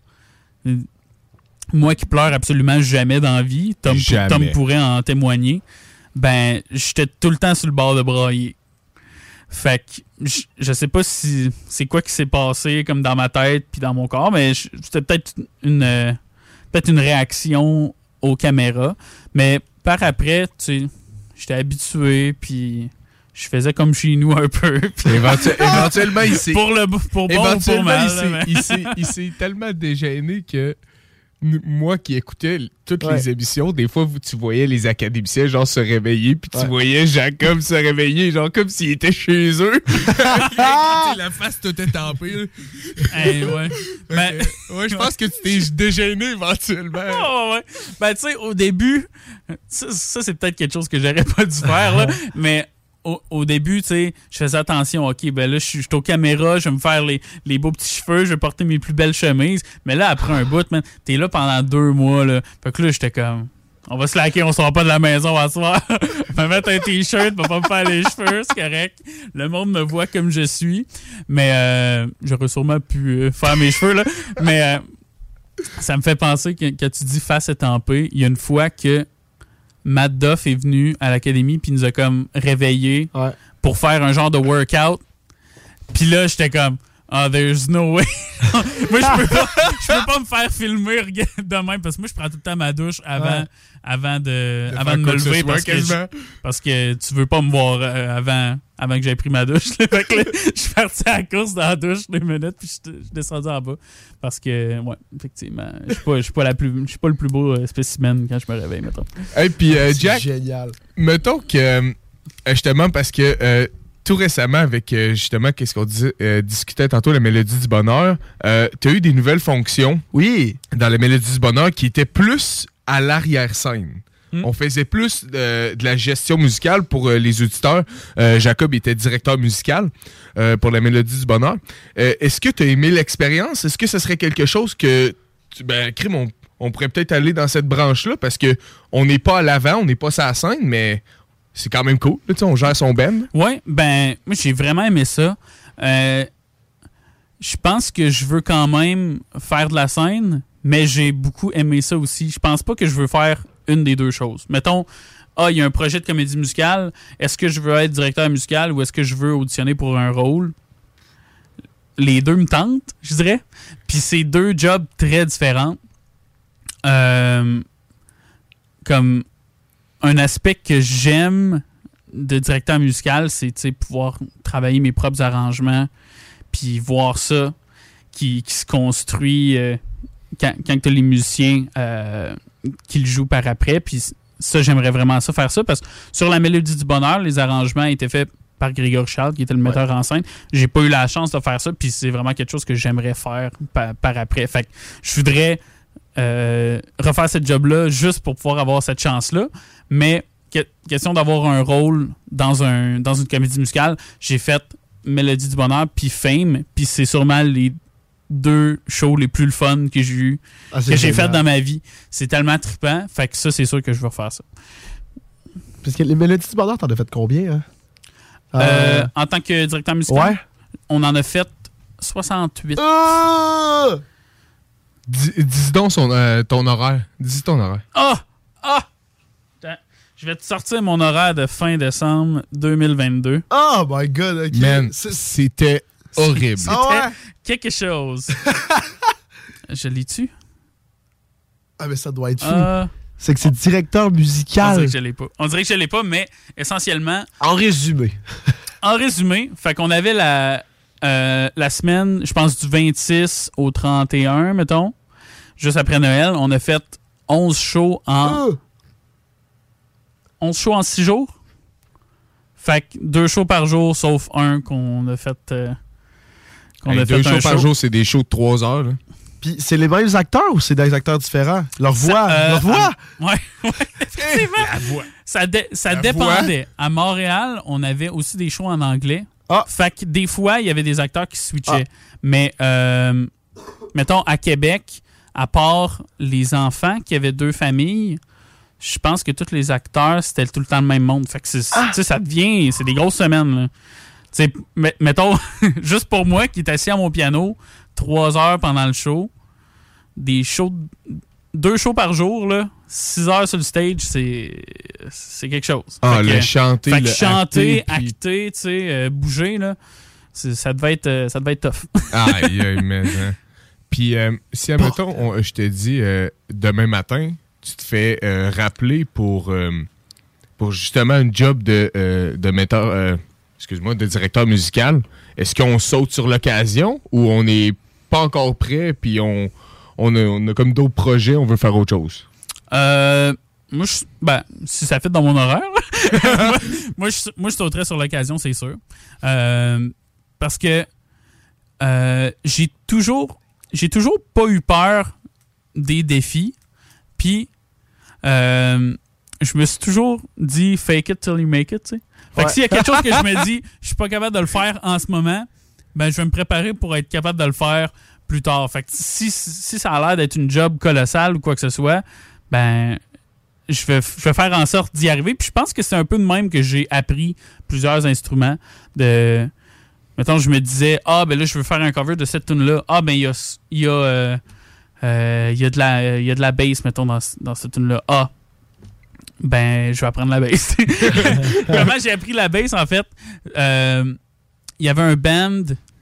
Moi qui pleure absolument jamais dans la vie, Tom, Tom pourrait en témoigner, ben, j'étais tout le temps sur le bord de brailler. Fait que, je, je sais pas si c'est quoi qui s'est passé comme dans ma tête puis dans mon corps, mais je, c'était peut-être une, euh, peut-être une réaction aux caméras. Mais par après, tu sais, j'étais habitué puis je faisais comme chez nous un peu. Éventu- éventuellement, il s'est... Pour le pour bon ou pour mal. Il s'est, mais... il, s'est, il s'est tellement dégêné que moi qui écoutais toutes ouais. les émissions, des fois, tu voyais les académiciens genre se réveiller, puis tu ouais. voyais Jacob se réveiller, genre comme s'il était chez eux. La face toute étampée. Hey, ouais. Ben, euh, ouais, je pense que tu t'es dégêné éventuellement. Oh, ouais. Ben, tu sais, au début, ça, ça, c'est peut-être quelque chose que j'aurais pas dû faire, là, mais... Au, au début, tu sais, je faisais attention. OK, ben là, je suis aux caméras, je vais me faire les, les beaux petits cheveux, je vais porter mes plus belles chemises. Mais là, après un bout, man, t'es là pendant deux mois, là. Fait que là, j'étais comme, on va se laquer, on sort pas de la maison à soir. On va mettre un t-shirt, on va pas me faire les cheveux, c'est correct. Le monde me voit comme je suis. Mais euh, j'aurais sûrement pu euh, faire mes cheveux, là. Mais euh, ça me fait penser que quand tu dis face étampée, il y a une fois que Matt Duff est venu à l'académie puis nous a comme réveillés ouais. pour faire un genre de workout. Puis là, j'étais comme Ah, there's no way. Moi, je peux pas, je peux pas me faire filmer de même parce que moi, je prends tout le temps ma douche avant, ouais. avant de, de, avant de me lever parce que, je, parce que tu veux pas me voir euh, avant, avant que j'aie pris ma douche. Fait que là, je suis parti à la course dans la douche deux minutes puis je suis descendu en bas parce que, ouais, effectivement, je suis pas, je suis pas, la plus, je suis pas le plus beau euh, spécimen quand je me réveille, mettons. Et hey, puis, euh, Jack, génial. Mettons que, euh, justement, parce que euh, tout récemment, avec euh, justement, qu'est-ce qu'on dis, euh, discutait tantôt, la Mélodie du Bonheur, euh, tu as eu des nouvelles fonctions oui. dans la Mélodie du Bonheur qui étaient plus à l'arrière-scène. Mm. On faisait plus euh, de la gestion musicale pour euh, les auditeurs. Euh, Jacob était directeur musical euh, pour la Mélodie du Bonheur. Euh, est-ce que tu as aimé l'expérience? Est-ce que ce serait quelque chose que, tu, ben, crime, on, on pourrait peut-être aller dans cette branche-là parce qu'on n'est pas à l'avant, on n'est pas sur la scène, mais... C'est quand même cool. Là, on gère son band. Oui, ben, moi, j'ai vraiment aimé ça. Euh, je pense que je veux quand même faire de la scène, mais j'ai beaucoup aimé ça aussi. Je pense pas que je veux faire une des deux choses. Mettons, ah, il y a un projet de comédie musicale. Est-ce que je veux être directeur musical ou est-ce que je veux auditionner pour un rôle? Les deux me tentent, je dirais. Puis c'est deux jobs très différents. Euh, comme... Un aspect que j'aime de directeur musical, c'est pouvoir travailler mes propres arrangements puis voir ça qui, qui se construit euh, quand, quand tu as les musiciens euh, qui le jouent par après. Puis ça, j'aimerais vraiment ça faire ça parce que sur la Mélodie du Bonheur, les arrangements étaient faits par Grégory Charles, qui était le metteur ouais. en scène. J'ai pas eu la chance de faire ça, puis c'est vraiment quelque chose que j'aimerais faire par, par après. Fait que je voudrais... Euh, refaire ce job-là juste pour pouvoir avoir cette chance-là. Mais que, question d'avoir un rôle dans, un, dans une comédie musicale, j'ai fait Mélodie du Bonheur puis Fame, puis c'est sûrement les deux shows les plus le fun que j'ai eu, ah, que j'ai fait dans ma vie. C'est tellement trippant, fait que ça, c'est sûr que je vais refaire ça. Parce que les Mélodies du Bonheur, t'en as fait combien? Hein? Euh, euh... En tant que directeur musical, ouais. on en a fait soixante-huit. Ah! Dis, dis donc son, euh, ton horaire. Dis ton horaire. Ah! Ah! Je vais te sortir mon horaire de fin décembre deux mille vingt-deux. Oh my God! Okay. Man, c'était horrible. C'était ah ouais? quelque chose. Je l'ai-tu? Ah, mais ça doit être fou. Euh... C'est que c'est directeur musical. On dirait que je l'ai pas. On dirait que je l'ai pas, mais essentiellement... En résumé. En résumé, fait qu'on avait la, euh, la semaine, je pense, du vingt-six au trente et un, mettons. Juste après Noël, on a fait onze shows en... Euh. onze shows en six jours. Fait que deux shows par jour, sauf un qu'on a fait... Euh, qu'on hey, a deux fait shows un par show. jour, c'est des shows de trois heures, là. Puis c'est les mêmes acteurs ou c'est des acteurs différents? Leur voix? Ça, euh, leur voix? À, ouais, ouais, effectivement. La voix. Ça, dé, ça La dépendait. voix. À Montréal, on avait aussi des shows en anglais. Ah. Fait que des fois, il y avait des acteurs qui switchaient. Ah. Mais, euh, mettons, à Québec, à part les enfants qui avaient deux familles, je pense que tous les acteurs, c'était tout le temps le même monde. Fait que c'est, ah. ça devient... C'est des grosses semaines, là. T'sais, mettons, juste pour moi qui est assis à mon piano trois heures pendant le show, des shows, deux shows par jour, là, six heures sur le stage, c'est, c'est quelque chose. Ah, fait le que, chanter, fait que le chanter, acter, acter, tu sais, euh, bouger, là, c'est, ça devait être, euh, ça devait être tough. Aïe, aïe, mais... Hein. Puis, euh, si, admettons, on, je te dis, euh, demain matin, tu te fais euh, rappeler pour, euh, pour justement un job de, euh, de metteur... Euh, excuse-moi, de directeur musical, est-ce qu'on saute sur l'occasion ou on n'est pas encore prêt puis on, on, a, on a comme d'autres projets, on veut faire autre chose? Euh, moi, je, ben, si ça fait dans mon horaire, moi, moi, je, moi, je sauterais sur l'occasion, c'est sûr. Euh, parce que euh, j'ai toujours, j'ai toujours pas eu peur des défis. Puis, euh, je me suis toujours dit « fake it till you make it », tu sais. Fait que ouais. S'il y a quelque chose que je me dis, je suis pas capable de le faire en ce moment, ben je vais me préparer pour être capable de le faire plus tard. Fait que si, si ça a l'air d'être une job colossale ou quoi que ce soit, ben je vais, je vais faire en sorte d'y arriver. Puis je pense que c'est un peu de même que j'ai appris plusieurs instruments. De, mettons, je me disais, ah ben là, je veux faire un cover de cette tune-là. Ah ben il y a, y a, euh, euh, y a de la, y a de la bass, mettons, dans, dans cette tune-là. Ah, ben, je vais apprendre la bass. Comment j'ai appris la bass, en fait? Il euh, y avait un band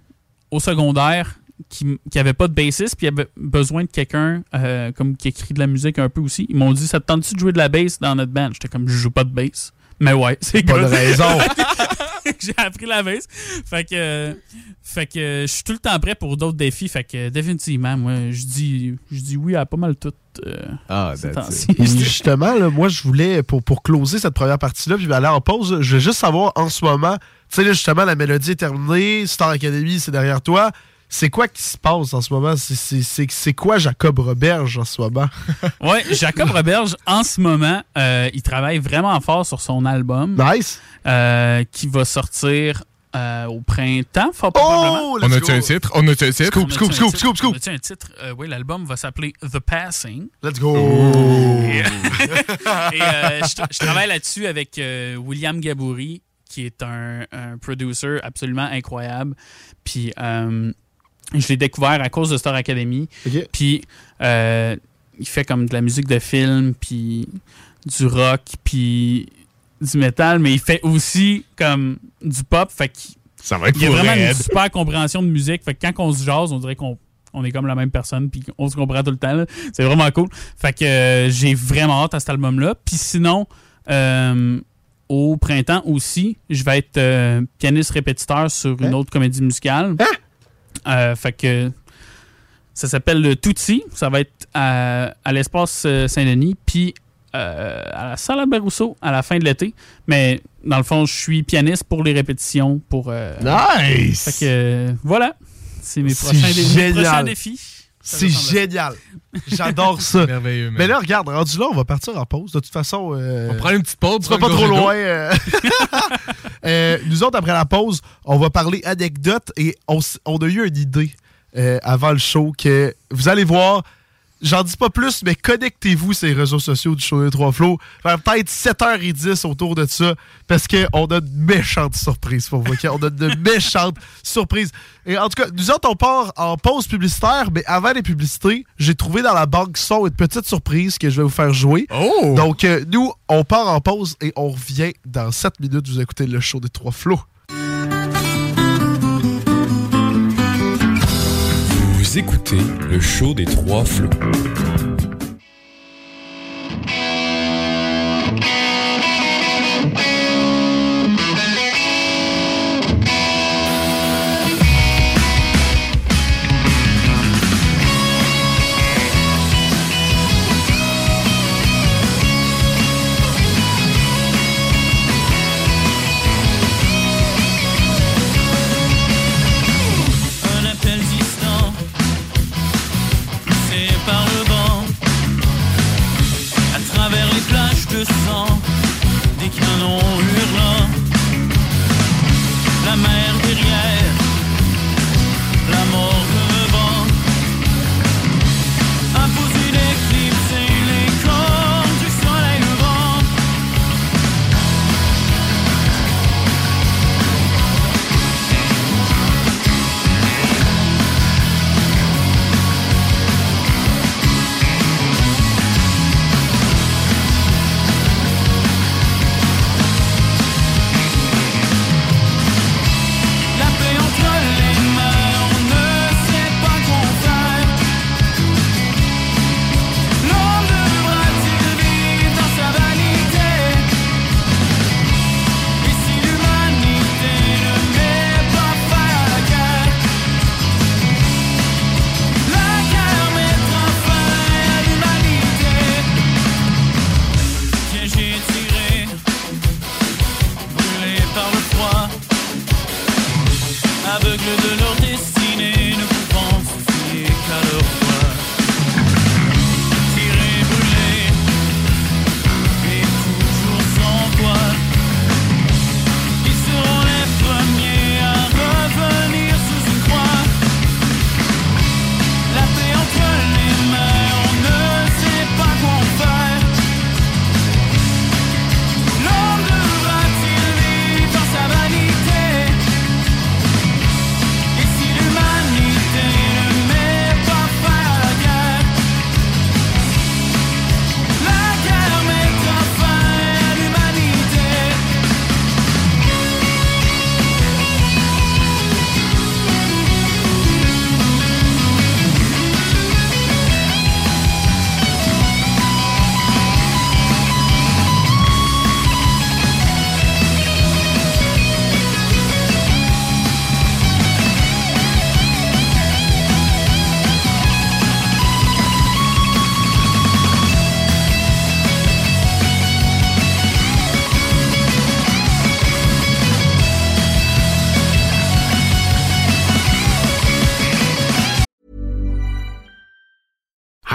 au secondaire qui n'avaient pas de bassiste, puis avaient besoin de quelqu'un euh, comme qui écrit de la musique un peu aussi. Ils m'ont dit, ça te tente-tu de jouer de la bass dans notre band? J'étais comme, je joue pas de bass. Mais ouais, c'est pas de raison. J'ai appris la bass. Fait que, euh, fait que je suis tout le temps prêt pour d'autres défis. Fait que définitivement, moi, je dis, je dis oui à pas mal tout. Euh, ah, et justement, là, moi, je voulais, pour, pour closer cette première partie-là, puis aller en pause, je veux juste savoir en ce moment, tu sais, là, justement, la mélodie est terminée, Star Academy, c'est derrière toi. C'est quoi qui se passe en ce moment? C'est, c'est, c'est, c'est quoi Jacob Roberge en ce moment? Oui, Jacob Roberge, en ce moment, euh, il travaille vraiment fort sur son album. Nice! Euh, qui va sortir euh, au printemps, fort probablement. Oh, on a-tu un titre? On a-tu un titre? Scoop, scoop, scoop, scoop, scoop! On a-tu un titre? Euh, oui, l'album va s'appeler The Passing. Let's go! Et, et euh, je, je travaille là-dessus avec euh, William Gaboury, qui est un, un producer absolument incroyable. Puis... Euh, je l'ai découvert à cause de Star Academy. Okay. Puis, euh, il fait comme de la musique de film, puis du rock, puis du métal, mais il fait aussi comme du pop. Fait qu'il Ça va être il y a vraiment raide. une super compréhension de musique. Fait que quand on se jase, on dirait qu'on on est comme la même personne, puis on se comprend tout le temps. Là. C'est vraiment cool. Fait que euh, j'ai vraiment hâte à cet album-là. Puis sinon, euh, au printemps aussi, je vais être euh, pianiste-répétiteur sur une hein? autre comédie musicale. Hein? Euh, fait que ça s'appelle le Tootsie. Ça va être à, à l'espace Saint-Denis, puis euh, à la salle Albert Rousseau à la fin de l'été. Mais dans le fond, je suis pianiste pour les répétitions. Pour, euh, nice! Fait que euh, voilà. C'est mes, C'est prochains, dé- mes génial. prochains défis. Ça C'est génial. J'adore ça. Merveilleux, mais là, regarde, rendu là, on va partir en pause. De toute façon... Euh, on prend une petite pause. Tu seras pas trop loin. Euh... euh, nous autres, après la pause, on va parler anecdotes et on, on a eu une idée euh, avant le show que vous allez voir... J'en dis pas plus, mais connectez-vous sur les réseaux sociaux du show des Trois Flots. Vers peut-être sept heures dix autour de ça, parce qu'on a de méchantes surprises pour vous. Okay? On a de méchantes surprises. Et en tout cas, nous autres, on part en pause publicitaire, mais avant les publicités, j'ai trouvé dans la banque son une petite surprise que je vais vous faire jouer. Oh! Donc, euh, nous, on part en pause et on revient dans sept minutes. Vous écoutez le show des Trois Flots. Vous écoutez le show des Trois Flots. De sang, des canons hurlants, la mer derrière, la mort devant, imposé d'éclipser les corps du soleil levant. La paix entre les mains, on ne sait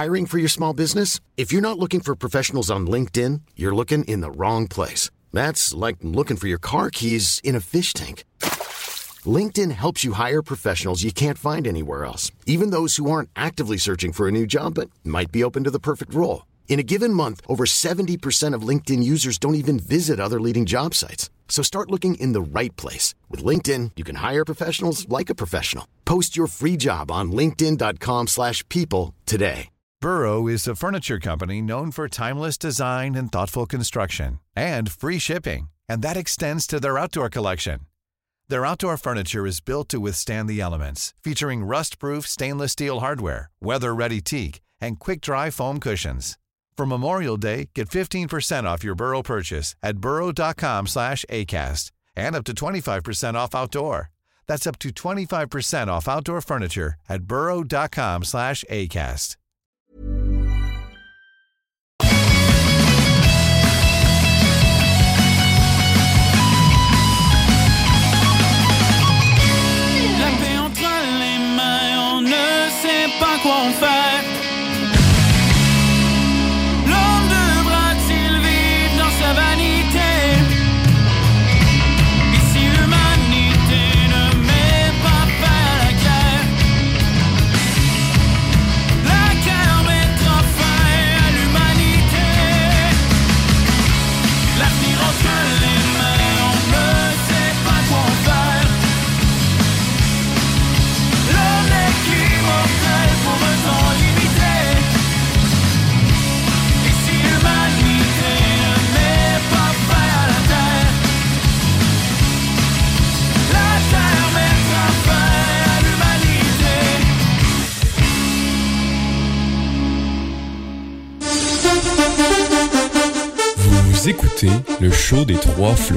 Hiring for your small business? If you're not looking for professionals on LinkedIn, you're looking in the wrong place. That's like looking for your car keys in a fish tank. LinkedIn helps you hire professionals you can't find anywhere else, even those who aren't actively searching for a new job but might be open to the perfect role. In a given month, over seventy percent of LinkedIn users don't even visit other leading job sites. So start looking in the right place. With LinkedIn, you can hire professionals like a professional. Post your free job on linkedin.com slash people today. Burrow is a furniture company known for timeless design and thoughtful construction, and free shipping, and that extends to their outdoor collection. Their outdoor furniture is built to withstand the elements, featuring rust-proof stainless steel hardware, weather-ready teak, and quick-dry foam cushions. For Memorial Day, get fifteen percent off your Burrow purchase at burrow.com slash ACAST and up to twenty-five percent off outdoor. That's up to twenty-five percent off outdoor furniture at burrow.com slash ACAST. La paix entre les mains, on ne sait pas quoi en faire. L'homme devra-t-il vivre dans sa vanité? Et si l'humanité ne met pas fin à la guerre, la guerre mettra fin à l'humanité. L'avenir entre les mains, on ne sait pas quoi en faire. L'homme n'est qu'immortel pour un temps limité. Et si l'humanité ne met pas fin à la terre, la terre mettra fin à l'humanité. Vous écoutez le show des trois flots.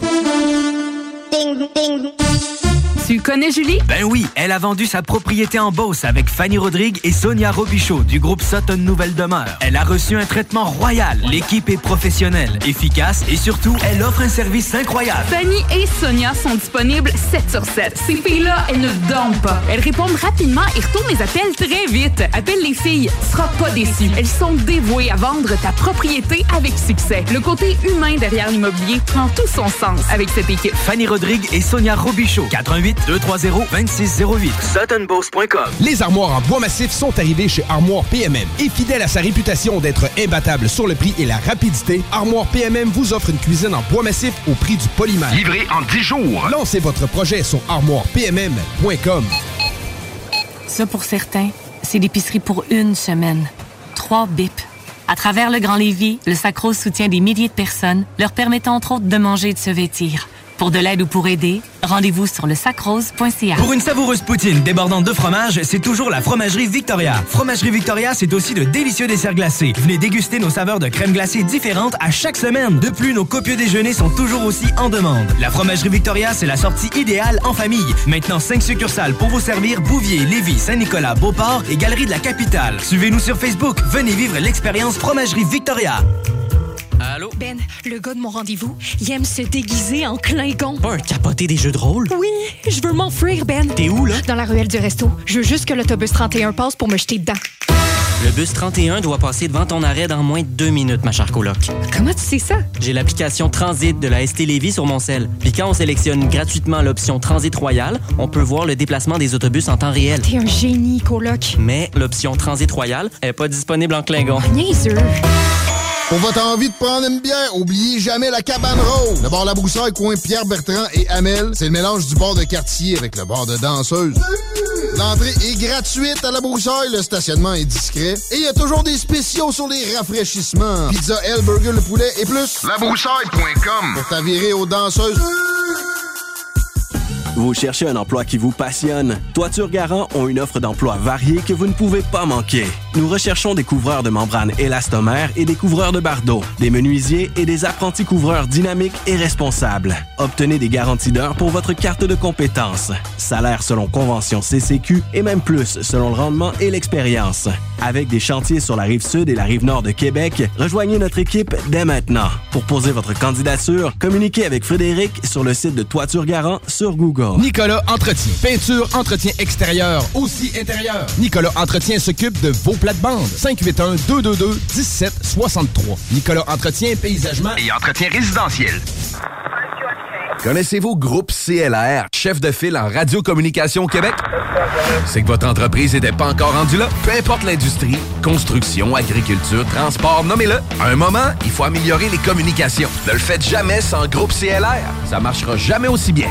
Tu connais Julie? Ben oui, elle a vendu sa propriété en Beauce avec Fanny Rodrigue et Sonia Robichaud du groupe Sutton Nouvelle Demeure. Elle a reçu un traitement royal. L'équipe est professionnelle, efficace et surtout, elle offre un service incroyable. Fanny et Sonia sont disponibles sept sur sept. Ces filles-là, elles ne dorment pas. Elles répondent rapidement et retournent les appels très vite. Appelle les filles, tu seras pas déçu. Elles sont dévouées à vendre ta propriété avec succès. Le côté humain derrière l'immobilier prend tout son sens avec cette équipe. Fanny Rodrigue et Sonia Robichaud. quatre un huit, deux trois zéro, deux six zéro huit. sutton beauce point com. Les armoires en bois massif sont arrivées chez Armoire P M M. Et fidèle à sa réputation d'être imbattable sur le prix et la rapidité, Armoire P M M vous offre une cuisine en bois massif au prix du polymère. Livré en dix jours. Lancez votre projet sur armoire p m m point com. Ça, pour certains, c'est l'épicerie pour une semaine. Trois bips. À travers le Grand Lévis, le Sacrose soutient des milliers de personnes, leur permettant entre autres de manger et de se vêtir. Pour de l'aide ou pour aider, rendez-vous sur le sacrose point c a. Pour une savoureuse poutine débordante de fromage, c'est toujours la Fromagerie Victoria. Fromagerie Victoria, c'est aussi de délicieux desserts glacés. Venez déguster nos saveurs de crème glacée différentes à chaque semaine. De plus, nos copieux déjeuners sont toujours aussi en demande. La Fromagerie Victoria, c'est la sortie idéale en famille. Maintenant, cinq succursales pour vous servir: Bouvier, Lévis, Saint-Nicolas, Beauport et Galerie de la Capitale. Suivez-nous sur Facebook. Venez vivre l'expérience Fromagerie Victoria. Allô? Ben, le gars de mon rendez-vous, il aime se déguiser en Klingon. Pas un capoté des jeux de rôle? Oui, je veux m'enfuir, Ben. T'es où, là? Dans la ruelle du resto. Je veux juste que l'autobus trente et un passe pour me jeter dedans. Le bus trente et un doit passer devant ton arrêt dans moins de deux minutes, ma chère coloc. Comment tu sais ça? J'ai l'application Transit de la S T Lévis sur mon cell. Puis quand on sélectionne gratuitement l'option Transit Royal, on peut voir le déplacement des autobus en temps réel. T'es un génie, coloc. Mais l'option Transit Royal est pas disponible en Klingon. Niaiseux. Pour votre envie de prendre une bière, oubliez jamais la Cabane Rose. Le bar La Broussaille, coin Pierre-Bertrand et Hamel, c'est le mélange du bar de quartier avec le bar de danseuse. L'entrée est gratuite à La Broussaille, le stationnement est discret et il y a toujours des spéciaux sur les rafraîchissements. Pizza, L, burger, le poulet et plus. la broussaille point com. Pour t'avirer aux danseuses. Vous cherchez un emploi qui vous passionne? Toiture Garant ont une offre d'emploi variée que vous ne pouvez pas manquer. Nous recherchons des couvreurs de membranes élastomères et des couvreurs de bardeaux, des menuisiers et des apprentis couvreurs dynamiques et responsables. Obtenez des garanties d'heures pour votre carte de compétences. Salaire selon convention C C Q et même plus selon le rendement et l'expérience. Avec des chantiers sur la rive sud et la rive nord de Québec, rejoignez notre équipe dès maintenant. Pour poser votre candidature, communiquez avec Frédéric sur le site de Toiture Garant sur Google. Nicolas Entretien. Peinture, entretien extérieur, aussi intérieur. Nicolas Entretien s'occupe de vos peintures plate-bande. cinq huit un, deux deux deux, un sept six trois. Nicolas Entretien, Paysagement Et entretien résidentiel. Connaissez-vous Groupe C L R, chef de file en radiocommunication au Québec? C'est que votre entreprise n'était pas encore rendue là? Peu importe l'industrie, construction, agriculture, transport, nommez-le. À un moment, il faut améliorer les communications. Ne le faites jamais sans Groupe C L R. Ça marchera jamais aussi bien.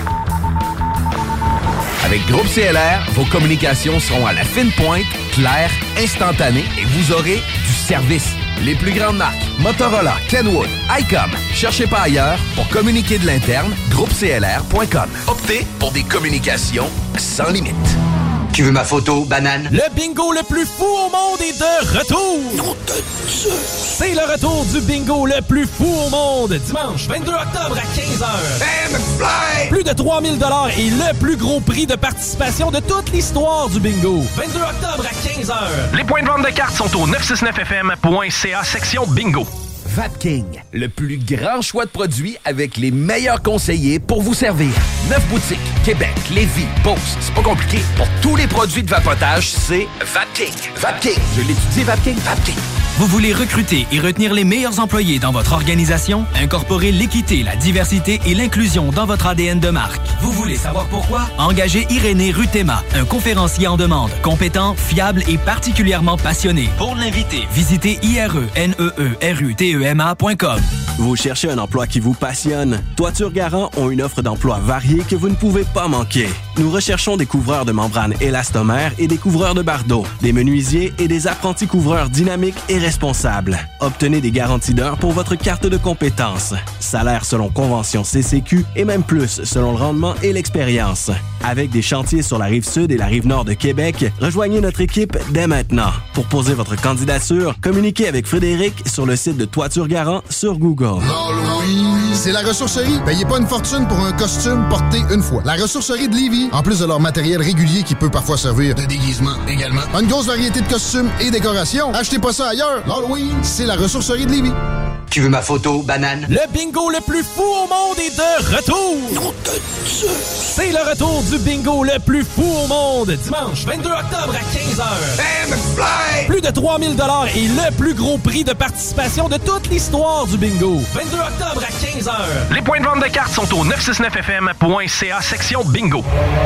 Avec Groupe C L R, vos communications seront à la fine pointe, claires, instantanées et vous aurez du service. Les plus grandes marques, Motorola, Kenwood, ICOM. Cherchez pas ailleurs pour communiquer de l'interne, groupe c l r point com. Optez pour des communications sans limite. Tu veux ma photo, banane? Le bingo le plus fou au monde est de retour! C'est le retour du bingo le plus fou au monde, dimanche vingt-deux octobre à quinze heures. Plus de trois mille dollars et le plus gros prix de participation de toute l'histoire du bingo. vingt-deux octobre à quinze heures. Les points de vente de cartes sont au neuf cent soixante-neuf F M point C A section bingo. Vapking, le plus grand choix de produits avec les meilleurs conseillers pour vous servir. Neuf boutiques, Québec, Lévis, Beauce. C'est pas compliqué. Pour tous les produits de vapotage, c'est Vapking. Vapking. Je l'étudie, Vapking. Vapking. Vous voulez recruter et retenir les meilleurs employés dans votre organisation? Incorporez l'équité, la diversité et l'inclusion dans votre A D N de marque. Vous voulez savoir pourquoi? Engagez Irénée Rutema, un conférencier en demande, compétent, fiable et particulièrement passionné. Pour l'inviter, visitez I R E N E E R U T E M A point com. Vous cherchez un emploi qui vous passionne? Toiture Garant ont une offre d'emploi variée que vous ne pouvez pas manquer. Nous recherchons des couvreurs de membranes élastomères et des couvreurs de bardeaux, des menuisiers et des apprentis couvreurs dynamiques et responsables. Obtenez des garanties d'heures pour votre carte de compétences. Salaire selon convention C C Q et même plus selon le rendement et l'expérience. Avec des chantiers sur la rive sud et la rive nord de Québec, rejoignez notre équipe dès maintenant. Pour poser votre candidature, communiquez avec Frédéric sur le site de Toiture Garant sur Google. C'est la ressourcerie. Payez pas une fortune pour un costume porté une fois. La ressourcerie de Lévis, en plus de leur matériel régulier qui peut parfois servir de déguisement également, a une grosse variété de costumes et décorations. Achetez pas ça ailleurs. L'Halloween, c'est la ressourcerie de Lévis. Tu veux ma photo, banane? Le bingo le plus fou au monde est de retour! C'est le retour du bingo le plus fou au monde, dimanche vingt-deux octobre à quinze heures. Plus de trois mille dollars et le plus gros prix de participation de toute l'histoire du bingo. vingt-deux octobre à quinze heures. Les points de vente de cartes sont au neuf cent soixante-neuf F M point C A section bingo.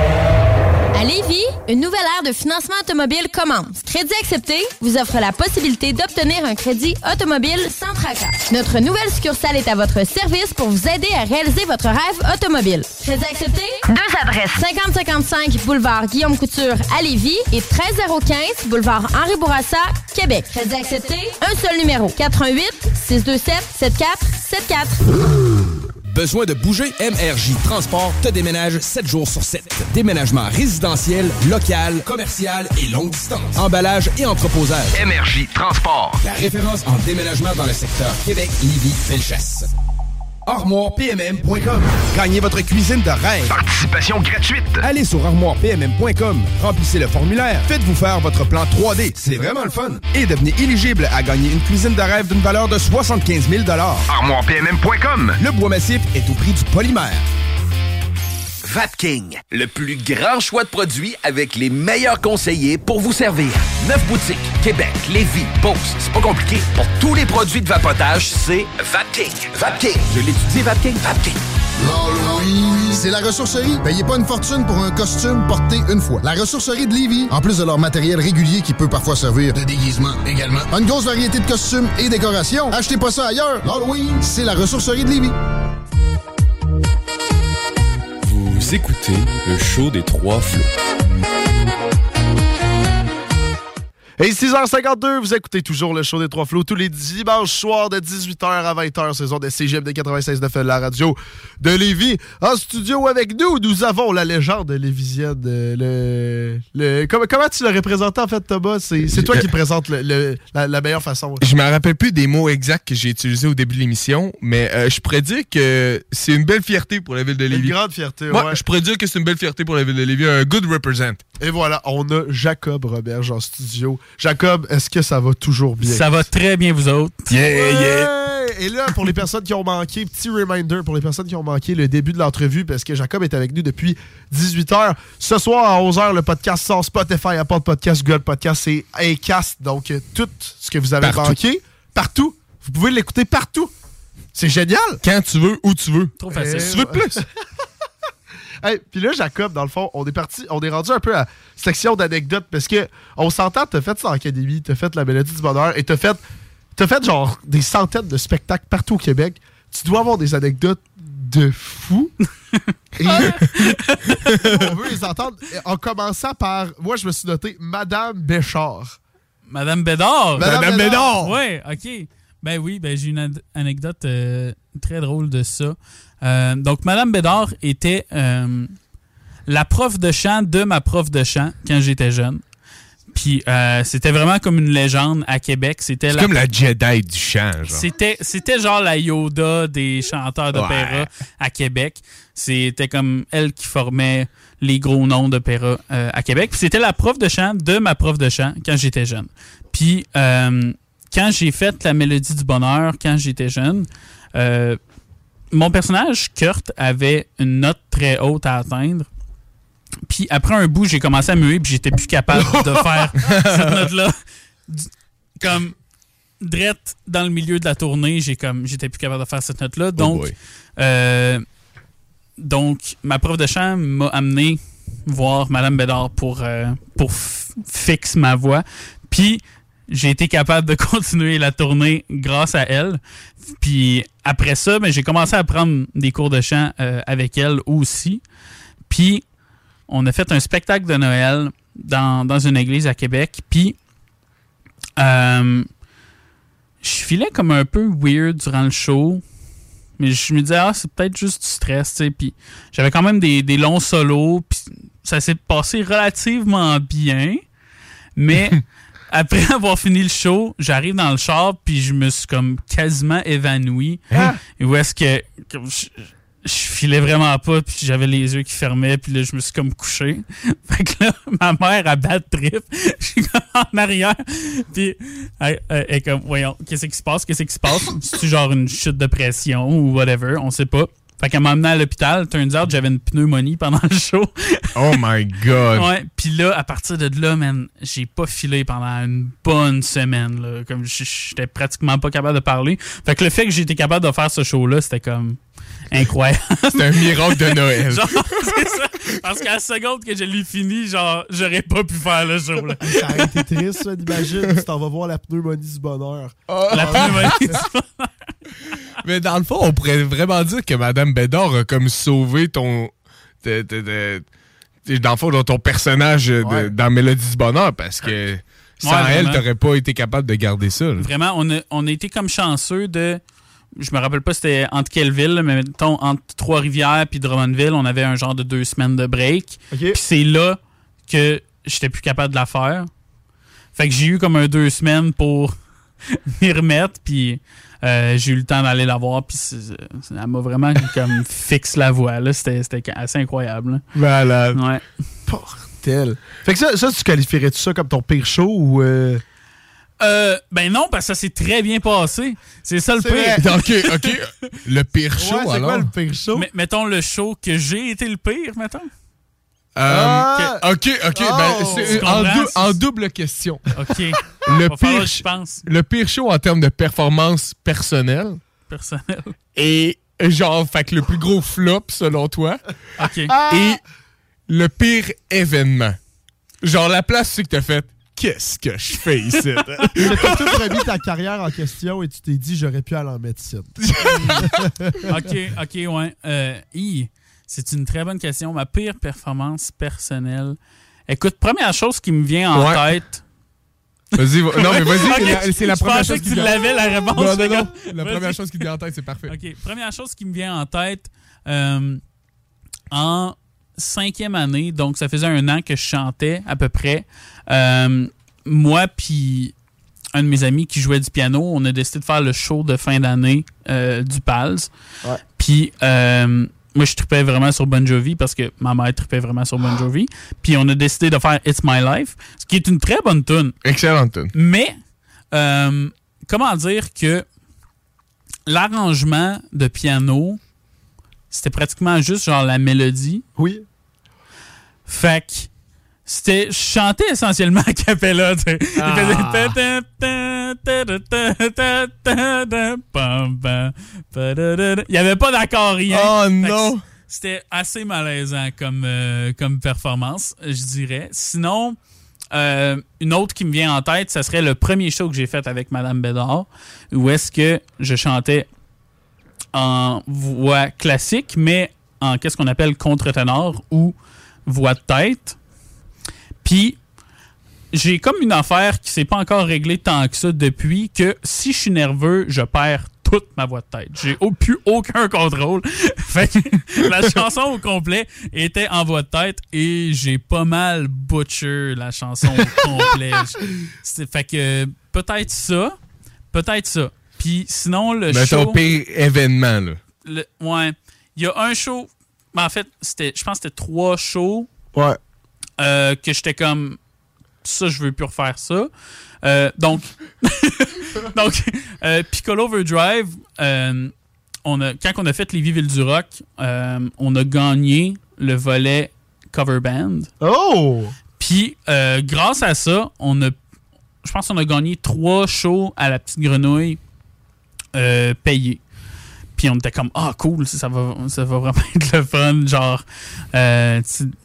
À Lévis, une nouvelle ère de financement automobile commence. Crédit Accepté vous offre la possibilité d'obtenir un crédit automobile sans tracas. Notre nouvelle succursale est à votre service pour vous aider à réaliser votre rêve automobile. Crédit Accepté, deux adresses. cinquante cinquante-cinq boulevard Guillaume Couture à Lévis et treize zéro quinze boulevard Henri Bourassa, Québec. Crédit Accepté, un seul numéro. quatre un huit, six deux sept, sept quatre sept quatre. Besoin de bouger? M R J Transport te déménage sept jours sur sept. Déménagement résidentiel, local, commercial et longue distance. Emballage et entreposage. M R J Transport. La référence en déménagement dans le secteur Québec, Lévis, Bellechasse. armoire p m m point com. Gagnez votre cuisine de rêve. Participation gratuite. Allez sur armoire p m m point com. Remplissez le formulaire. Faites-vous faire votre plan trois D. C'est vraiment le fun. Et devenez éligible à gagner une cuisine de rêve d'une valeur de soixante-quinze mille dollars. armoire p m m point com. Le bois massif est au prix du polymère. Vapking, le plus grand choix de produits avec les meilleurs conseillers pour vous servir. Neuf boutiques, Québec, Lévis, Beauce. C'est pas compliqué. Pour tous les produits de vapotage, c'est Vapking. Vapking. Je l'étudie, Vapking. Vapking. L'Halloween, c'est la ressourcerie. Payez pas une fortune pour un costume porté une fois. La ressourcerie de Lévis, en plus de leur matériel régulier qui peut parfois servir de déguisement également, a une grosse variété de costumes et décorations. Achetez pas ça ailleurs. L'Halloween, c'est la ressourcerie de Lévis. Vous écoutez le show des Trois Flots. Et six heures cinquante-deux, vous écoutez toujours le show des Trois Flots tous les dimanches soirs de dix-huit heures à vingt heures, saison de C G M D quatre-vingt-seize neuf, la radio de Lévis. En studio avec nous, nous avons la légende lévisienne. Le, le, comment, comment tu l'as représenté en fait, Thomas? C'est, c'est toi qui le présente le, le, la, la meilleure façon. Je me rappelle plus des mots exacts que j'ai utilisés au début de l'émission, mais euh, je pourrais dire que c'est une belle fierté pour la ville de Lévis. Une grande fierté, ouais. ouais. Je pourrais dire que c'est une belle fierté pour la ville de Lévis. Un good represent. Et voilà, on a Jacob Roberge en studio. Jacob, est-ce que ça va toujours bien? Ça va très bien, vous autres. Yeah, yeah. et là, pour les personnes qui ont manqué, petit reminder pour les personnes qui ont manqué le début de l'entrevue, parce que Jacob est avec nous depuis dix-huit heures. Ce soir, à onze heures, le podcast sort Spotify, Apple Podcast, Google Podcast et Acast. Donc, tout ce que vous avez Partout. manqué, partout. Vous pouvez l'écouter partout. C'est génial. Quand tu veux, où tu veux. Trop facile. Si tu veux de plus. Hey, puis là, Jacob, dans le fond, on est parti, on est rendu un peu à section d'anecdotes parce que on s'entend, t'as fait ça en académie, t'as fait la Mélodie du Bonheur et t'as fait, t'as fait genre des centaines de spectacles partout au Québec. Tu dois avoir des anecdotes de fou. Et on veut les entendre en commençant par, moi, je me suis noté Madame Béchard. Madame Bédard. Madame, Madame Bédard. Bédard. Oui, OK. Ben oui, ben j'ai une ad- anecdote euh, très drôle de ça. Euh, donc, Madame Bédard était euh, la prof de chant de ma prof de chant quand j'étais jeune. Puis, euh, c'était vraiment comme une légende à Québec. C'était C'est la... comme la Jedi du chant, genre. C'était, c'était genre la Yoda des chanteurs d'opéra Ouais. à Québec. C'était comme elle qui formait les gros noms d'opéra euh, à Québec. Puis c'était la prof de chant de ma prof de chant quand j'étais jeune. Puis euh, quand j'ai fait la Mélodie du Bonheur quand j'étais jeune, euh, mon personnage, Kurt, avait une note très haute à atteindre. Puis après un bout, j'ai commencé à muer puis j'étais plus capable de faire cette note-là. Comme drette dans le milieu de la tournée, j'ai comme j'étais plus capable de faire cette note-là. Donc, boy. euh, donc ma prof de chant m'a amené voir Madame Bédard pour, euh, pour f- fixe ma voix. Puis j'ai été capable de continuer la tournée grâce à elle. Puis après ça, ben, j'ai commencé à prendre des cours de chant euh, avec elle aussi. Puis on a fait un spectacle de Noël dans, dans une église à Québec. Puis euh, je filais comme un peu weird durant le show. Mais je me disais, ah, c'est peut-être juste du stress, tu sais. Puis j'avais quand même des, des longs solos. Puis ça s'est passé relativement bien. Mais après avoir fini le show, j'arrive dans le char. Puis je me suis comme quasiment évanoui. Hein? Et où est-ce que comme je, je filais vraiment pas. Puis j'avais les yeux qui fermaient. Puis là, je me suis comme couché. Fait que là, ma mère a bad trip. Je suis comme en arrière. Puis elle, elle est comme, voyons, qu'est-ce qui se passe? Qu'est-ce qui se passe? C'est-tu genre une chute de pression ou whatever? On sait pas. Fait qu'elle m'a emmené à l'hôpital. Turns out, j'avais une pneumonie pendant le show. Oh my God. Ouais. Puis là, à partir de là, man, j'ai pas filé pendant une bonne semaine. Là. Comme j'étais pratiquement pas capable de parler. Fait que le fait que j'ai été capable de faire ce show-là, c'était comme incroyable. C'était un miracle de Noël. Genre, c'est ça. Parce qu'à la seconde que je l'ai fini, genre, j'aurais pas pu faire le show. Là. Ça a été triste, ça, d'imagine. Tu t'en vas voir la pneumonie du bonheur. La pneumonie du bonheur. Mais dans le fond, on pourrait vraiment dire que Madame Bédard a comme sauvé ton... de- de- de- dans le fond, ton personnage de- Ouais. dans Mélodie du Bonheur, parce que sans Ouais, elle, vraiment. t'aurais pas été capable de garder ça. là. Vraiment, on a, on a été comme chanceux de... Je me rappelle pas c'était entre quelle ville, là, mais mettons entre Trois-Rivières puis Drummondville, on avait un genre de deux semaines de break. Puis c'est là que j'étais plus capable de la faire. Fait que j'ai eu comme un deux semaines pour m'y remettre, puis euh, j'ai eu le temps d'aller la voir, puis c'est- c'est- elle m'a vraiment comme fixe la voix. Là. C'était, c'était assez incroyable. Là. Malade. Ouais. Portel. Fait que ça, ça tu qualifierais-tu ça comme ton pire show ou... Euh... Euh, ben non, parce que ça s'est très bien passé. C'est ça le C'est pire. vrai. OK, OK. Le pire show, Ouais, c'est alors? quoi le pire show? Mais, mettons le show que j'ai été le pire, mettons. Euh, Ah! OK, OK. Oh! Ben, c'est Tu en, comprends? dou- en double question. OK. Le Va falloir pire, que je pense. le pire show en termes de performance personnelle Personnel. et genre, fait que le plus gros flop selon toi. OK. Et le pire événement. Genre la place, c'est que t'as fait qu'est-ce que je fais ici? Tu as tout remis ta carrière en question et tu t'es dit j'aurais pu aller en médecine. OK, OK, ouais. Euh, hi, c'est une très bonne question. Ma pire performance personnelle. Écoute, première chose qui me vient en Ouais. tête. Vas-y, va- non, mais vas-y, Ok, c'est la- c'est la je première pensais chose que qui tu vient- l'avais, la réponse. Non, non, Fait non. que- La vas-y. première chose qui te vient en tête, c'est parfait. OK, première chose qui me vient en tête. euh, en cinquième année, donc ça faisait un an que je chantais à peu près. Euh, moi puis un de mes amis qui jouait du piano, on a décidé de faire le show de fin d'année euh, du P A L S. Ouais. Puis euh, moi, je tripais vraiment sur Bon Jovi parce que ma mère tripait vraiment sur Bon Jovi. Puis on a décidé de faire It's My Life, ce qui est une très bonne tune. Excellente tune. Mais, euh, comment dire que l'arrangement de piano, c'était pratiquement juste genre la mélodie. Oui. Fait que c'était, je chantais essentiellement a cappella, tu sais. Ah. Il faisait... Il n'y avait pas d'accord, rien. Oh Fait non! que c'était assez malaisant comme, euh, comme performance, je dirais. Sinon, euh, une autre qui me vient en tête, ça serait le premier show que j'ai fait avec Madame Bédard, où est-ce que je chantais en voix classique, mais en qu'est-ce qu'on appelle contre-ténor ou voix de tête. Puis, j'ai comme une affaire qui s'est pas encore réglée tant que ça depuis que si je suis nerveux, je perds toute ma voix de tête. J'ai au, plus aucun contrôle. Fait que la chanson au complet était en voix de tête et j'ai pas mal butcher la chanson au complet. C'est, fait que peut-être ça, peut-être ça. Puis sinon, le Mais show... ton pire événement, là. Le, ouais. Il y a un show... Ben, en fait, c'était, je pense que c'était trois shows. Ouais. Euh, que j'étais comme... Ça, je veux plus refaire ça. Euh, donc, donc euh, Piccolo Overdrive, euh, on a, quand on a fait Lévis Ville du Rock, euh, on a gagné le volet cover band. Oh! Puis, euh, grâce à ça, on a, je pense qu'on a gagné trois shows à la Petite Grenouille euh, payés. Puis on était comme, ah, cool, ça va, ça va vraiment être le fun. Genre, euh,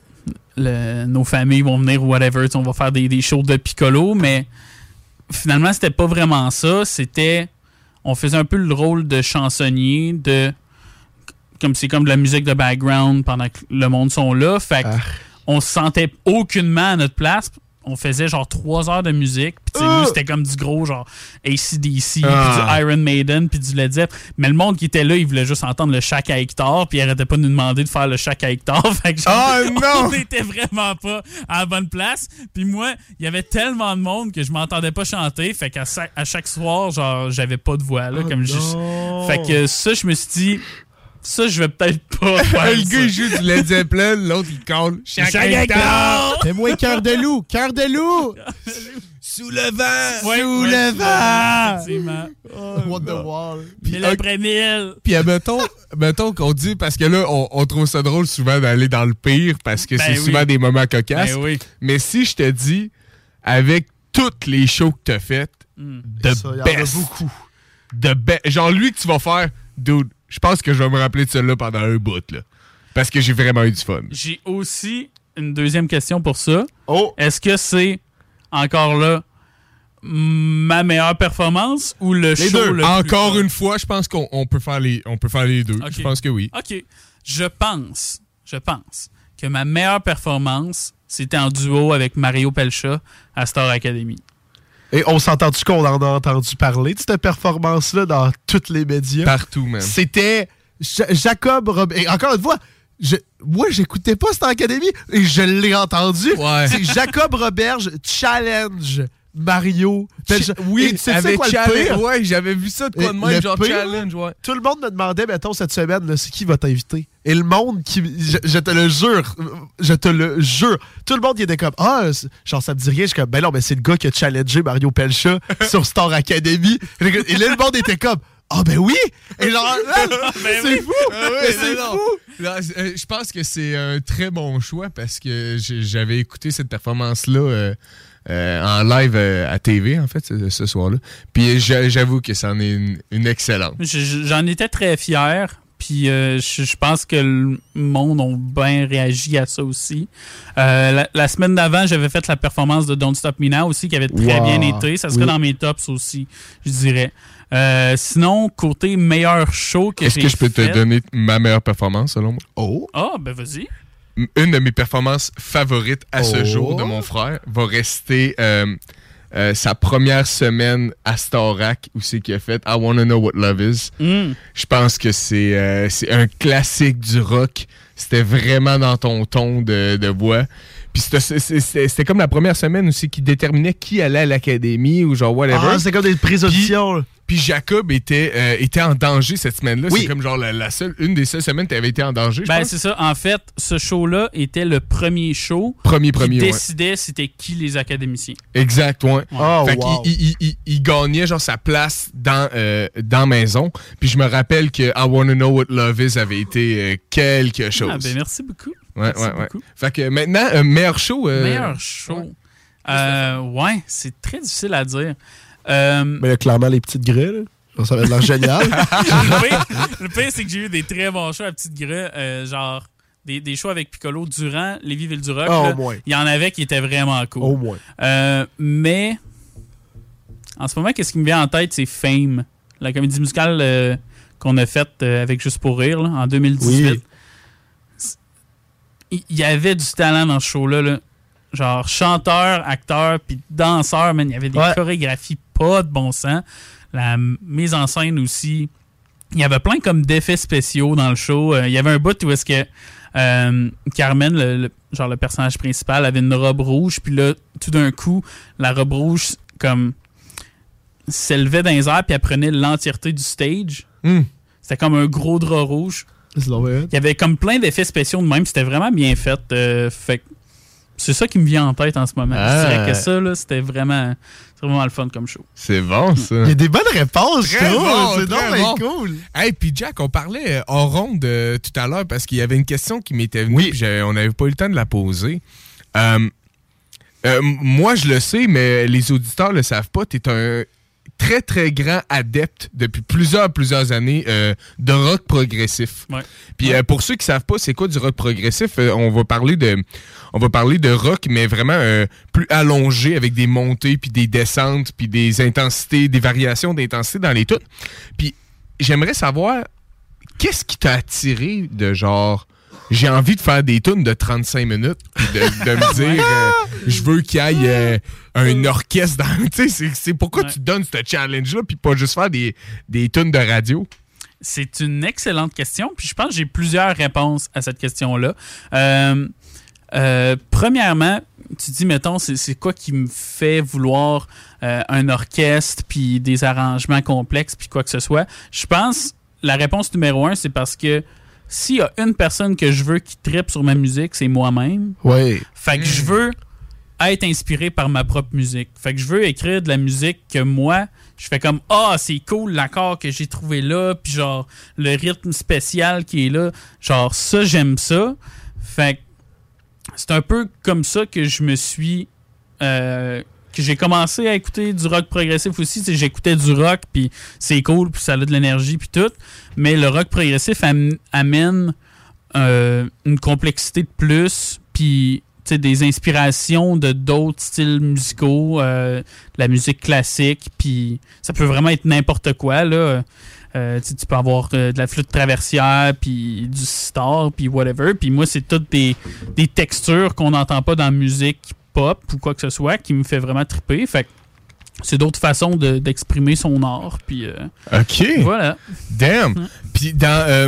le, nos familles vont venir ou whatever, on va faire des, des shows de Piccolo, mais finalement, c'était pas vraiment ça. C'était, on faisait un peu le rôle de chansonnier, de, comme c'est comme de la musique de background pendant que le monde sont là. Fait ah. on se sentait aucunement à notre place. On faisait genre trois heures de musique. Puis uh! nous, c'était comme du gros genre A C D C, ah. puis du Iron Maiden, puis du Led Zeppelin. Mais le monde qui était là, il voulait juste entendre le Chak à Hector, puis il arrêtait pas de nous demander de faire le Chak à Hector. Fait que genre, oh, non! on était vraiment pas à la bonne place. Puis moi, il y avait tellement de monde que je m'entendais pas chanter. Fait qu'à sa- à chaque soir, genre, j'avais pas de voix. Là, oh comme non. Je... Fait que ça, je me suis dit... Ça, je vais peut-être pas faire le gars, il joue du Led Zeppelin, l'autre, il colle. Chak à Hector! Fais-moi cœur de loup! Cœur de loup! Sous le vent! Ouais, Sous ouais, le vent! Effectivement. Oh, what the wall! Mille après mille! Puis, mettons, mettons qu'on dit, parce que là, on, on trouve ça drôle souvent d'aller dans le pire, parce que Ben c'est oui. souvent des moments cocasses. Ben oui. Mais si je te dis, avec toutes les shows que t'as faites, Mm. de Ça, y en a best. beaucoup. De be- genre, lui que tu vas faire, dude, je pense que je vais me rappeler de celle-là pendant un bout, là. Parce que j'ai vraiment eu du fun. J'ai aussi une deuxième question pour ça. Oh! Est-ce que c'est, encore là, ma meilleure performance ou le Les show deux. le Encore plus... une fois, je pense qu'on on peut, faire les, on peut faire les deux. Ok. Je pense que oui. OK. Je pense, je pense que ma meilleure performance, c'était en duo avec Mario Pelcha à Star Academy. Et on s'entend-tu qu'on en a entendu parler de cette performance-là dans tous les médias? Partout, même. C'était Ja- Jacob Robert. Et encore une fois, je, moi, j'écoutais pas cette académie et je l'ai entendu. Ouais. C'est Jacob Roberge challenge Mario. Ch- oui, Et tu sais avec quoi le challenge. pire? Ouais, j'avais vu ça de quoi de Et même, le genre pire, challenge, ouais. Tout le monde me demandait, mettons, cette semaine, là, c'est qui va t'inviter? Et le monde qui. Je, je te le jure, je te le jure. Tout le monde qui était comme, ah, c'est- genre, ça me dit rien. Je suis comme, ben non, mais c'est le gars qui a challengé Mario Pelcha sur Star Academy. Et là, le monde était comme, ah, ben oui! Et genre, là, Ben c'est oui. fou! Ah ouais, Mais c'est non, fou! non. Là, euh, je pense que c'est un très bon choix parce que j'ai- j'avais écouté cette performance-là euh, euh, en live euh, à T V, en fait, ce, ce soir-là. Puis j'a- j'avoue que c'en est une, une excellente. Je- je- J'en étais très fier. Puis euh, je, je pense que le monde a bien réagi à ça aussi. Euh, la, la semaine d'avant, j'avais fait la performance de Don't Stop Me Now aussi, qui avait très Wow. bien été. Ça serait Oui. dans mes tops aussi, je dirais. Euh, sinon, côté meilleur show que Est-ce j'ai que je peux te fait- donner ma meilleure performance, selon moi? Oh! Ah, ben vas-y. M- Une de mes performances favorites à ce Oh. jour de mon frère va rester euh, euh, sa première semaine à Starac où c'est qu'il a fait I Wanna Know What Love Is. Mm. Je pense que c'est euh, c'est un classique du rock. C'était vraiment dans ton ton de, de voix. Puis c'était, c'était, c'était comme la première semaine aussi qui déterminait qui allait à l'académie ou genre whatever. Ah, c'était comme des prises d'audition. Puis Jacob était, euh, était en danger cette semaine-là. Oui. C'est comme genre la, la seule, une des seules semaines que tu avais été en danger, je Ben, pense. c'est ça. En fait, ce show-là était le premier show Premier, premier, qui ouais. décidait c'était qui les académiciens. Exact, ouais. Oh, fait wow. qu'il il, il, il, il gagnait genre sa place dans, euh, dans Maison. Puis je me rappelle que I Wanna Know What Love Is avait été euh, quelque chose. Ah, ben merci beaucoup. Ouais, Merci ouais, ouais. beaucoup. Fait que maintenant, euh, meilleur show. Euh... Meilleur show. Euh, ouais, c'est très difficile à dire. Euh, Mais là, clairement, les petites grès, là. Genre, ça va être l'air génial. le pire, le pire, c'est que j'ai eu des très bons shows à Petite Grès, euh, genre des, des shows avec Piccolo durant Lévis-Ville-du-Roc. Ah, au là. moins. Il y en avait qui étaient vraiment cool. Au moins. Euh, mais en ce moment, qu'est-ce qui me vient en tête, c'est Fame, la comédie musicale euh, qu'on a faite euh, avec Juste pour rire là, en deux mille dix-huit. Il y avait du talent dans ce show-là. Là. Genre chanteur, acteur, puis danseur, man. Il y avait des Ouais. chorégraphies pas de bon sens. La mise en scène aussi. Il y avait plein comme d'effets spéciaux dans le show. Euh, il y avait un bout où est-ce que euh, Carmen, le, le- genre le personnage principal, avait une robe rouge, puis là, tout d'un coup, la robe rouge, comme, s'élevait dans les airs, puis elle prenait l'entièreté du stage. Mm. C'était comme un gros drap rouge. C'est long, ouais. Il y avait comme plein d'effets spéciaux de même. C'était vraiment bien fait. Euh, fait que c'est ça qui me vient en tête en ce moment. Ah. Je dirais que ça, là, c'était vraiment, c'était vraiment le fun comme show. C'est bon, ça. Il y a des bonnes réponses, je Très trouve. bon, C'est très donc bien bon. cool. Hey, puis Jack, on parlait euh, en ronde euh, tout à l'heure parce qu'il y avait une question qui m'était venue, puis j'avais- on n'avait pas eu le temps de la poser. Euh, euh, moi, je le sais, mais les auditeurs le savent pas. Tu es un très, très grand adepte depuis plusieurs, plusieurs années euh, de rock progressif. Ouais. Puis Ouais. euh, pour ceux qui savent pas c'est quoi du rock progressif, euh, on va parler de on va parler de rock mais vraiment euh, plus allongé avec des montées puis des descentes puis des intensités, des variations d'intensité dans les toutes. Puis j'aimerais savoir qu'est-ce qui t'a attiré de genre j'ai envie de faire des tunes de trente-cinq minutes puis de, de me dire euh, je veux qu'il y ait euh, un orchestre dans tu sais c'est, c'est pourquoi Ouais. tu te donnes ce challenge là puis pas juste faire des des tunes de radio. C'est une excellente question, puis je pense que j'ai plusieurs réponses à cette question-là. Euh, euh, premièrement, tu dis, mettons, c'est, c'est quoi qui me fait vouloir euh, un orchestre, puis des arrangements complexes, puis quoi que ce soit. Je pense, la réponse numéro un, c'est parce que s'il y a une personne que je veux qui trippe sur ma musique, c'est moi-même. Oui. Fait que je veux être inspiré par ma propre musique. Fait que je veux écrire de la musique que moi, je fais comme « Ah, c'est cool l'accord que j'ai trouvé là, puis genre le rythme spécial qui est là. » Genre ça, j'aime ça. Fait que c'est un peu comme ça que je me suis... euh, que j'ai commencé à écouter du rock progressif aussi. Tu sais, j'écoutais du rock, puis c'est cool, puis ça a de l'énergie, puis tout. Mais le rock progressif am- amène euh, une complexité de plus, puis tu sais, des inspirations de d'autres styles musicaux, euh, de la musique classique, puis ça peut vraiment être n'importe quoi, là. Euh, tu sais, tu peux avoir euh, de la flûte traversière, puis du sitar, puis whatever. Puis moi, c'est toutes des, des textures qu'on n'entend pas dans la musique pop ou quoi que ce soit qui me fait vraiment triper. Fait que c'est d'autres façons de- d'exprimer son art. Puis euh, OK. voilà. Damn. Puis dans euh,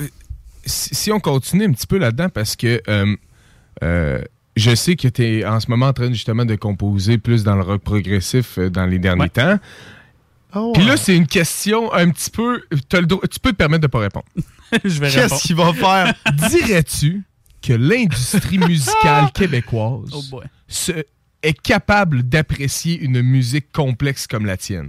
si, si on continue un petit peu là-dedans parce que euh, euh, je sais que tu es en ce moment en train justement de composer plus dans le rock progressif euh, dans les derniers Ouais. temps. Oh, Puis wow. là, c'est une question un petit peu. t'as le droit- tu peux te permettre de pas répondre. Je vais Qu'est-ce répondre. qu'il va faire? Dirais-tu que l'industrie musicale québécoise Oh boy. se- est capable d'apprécier une musique complexe comme la tienne?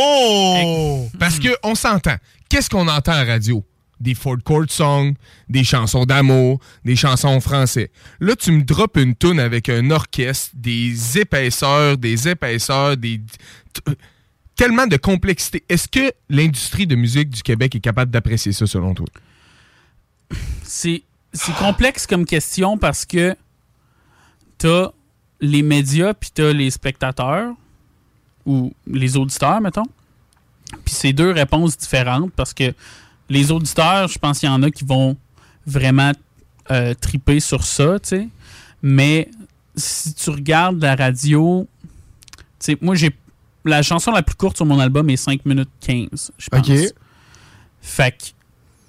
Oh! Parce que on s'entend. Qu'est-ce qu'on entend à la radio? Des four chord songs, des chansons d'amour, des chansons en français. Là, tu me droppes une toune avec un orchestre, des épaisseurs, des épaisseurs, des... t- tellement de complexité. Est-ce que l'industrie de musique du Québec est capable d'apprécier ça, selon toi? C'est, c'est complexe comme question parce que t'as les médias puis t'as les spectateurs ou les auditeurs, mettons. Puis c'est deux réponses différentes parce que les auditeurs, je pense qu'il y en a qui vont vraiment euh, triper sur ça, tu sais. Mais si tu regardes la radio, tu sais, moi, j'ai la chanson la plus courte sur mon album est cinq minutes quinze, je pense. OK. Fait que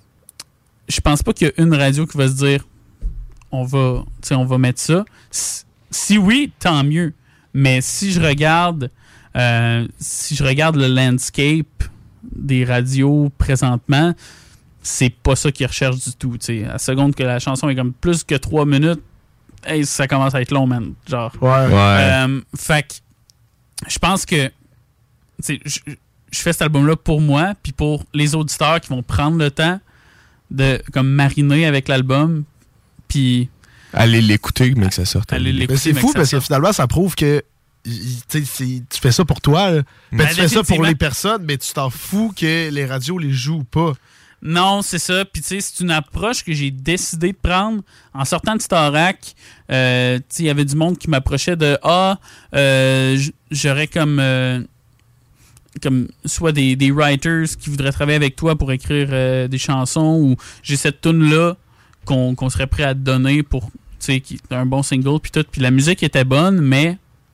je pense pas qu'il y a une radio qui va se dire on va, tu sais, on va mettre ça. C- si oui, tant mieux. Mais si je regarde, euh, si je regarde le landscape des radios présentement, c'est pas ça qu'ils recherchent du tout. T'sais. À la seconde que la chanson est comme plus que trois minutes, hey, ça commence à être long, man. Genre. Ouais. ouais. Euh, fait que je pense que je, je fais cet album-là pour moi, puis pour les auditeurs qui vont prendre le temps de comme mariner avec l'album, puis aller l'écouter, mais que ça sorte. Aller l'écouter, mais c'est mais fou que ça parce que sorte. finalement, ça prouve que il- tu sais, c'est- tu fais ça pour toi. là. Ben, Ben, tu fais ça pour définitivement. les personnes, mais tu t'en fous que les radios les jouent ou pas. Non, c'est ça. Puis, tu sais, c'est une approche que j'ai décidé de prendre en sortant de Starac. Euh, tu sais, il y avait du monde qui m'approchait de Ah, euh, j- j'aurais comme. euh, comme soit des, des writers qui voudraient travailler avec toi pour écrire euh, des chansons, ou j'ai cette tune-là qu'on qu'on serait prêt à te donner pour, tu sais, qui est un bon single, puis tout. Puis la musique était bonne, mais.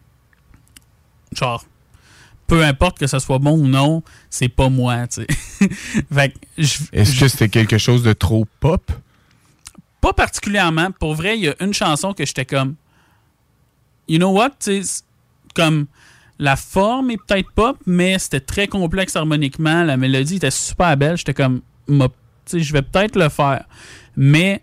Genre. Peu importe que ça soit bon ou non, c'est pas moi, tu sais. Fait que je- Est-ce je- que c'était quelque chose de trop pop? Pas particulièrement. Pour vrai, il y a une chanson que j'étais comme... You know what? Tu sais, comme la forme est peut-être pop, mais c'était très complexe harmoniquement. La mélodie était super belle. J'étais comme... m'a- Tu sais, je vais peut-être le faire. Mais...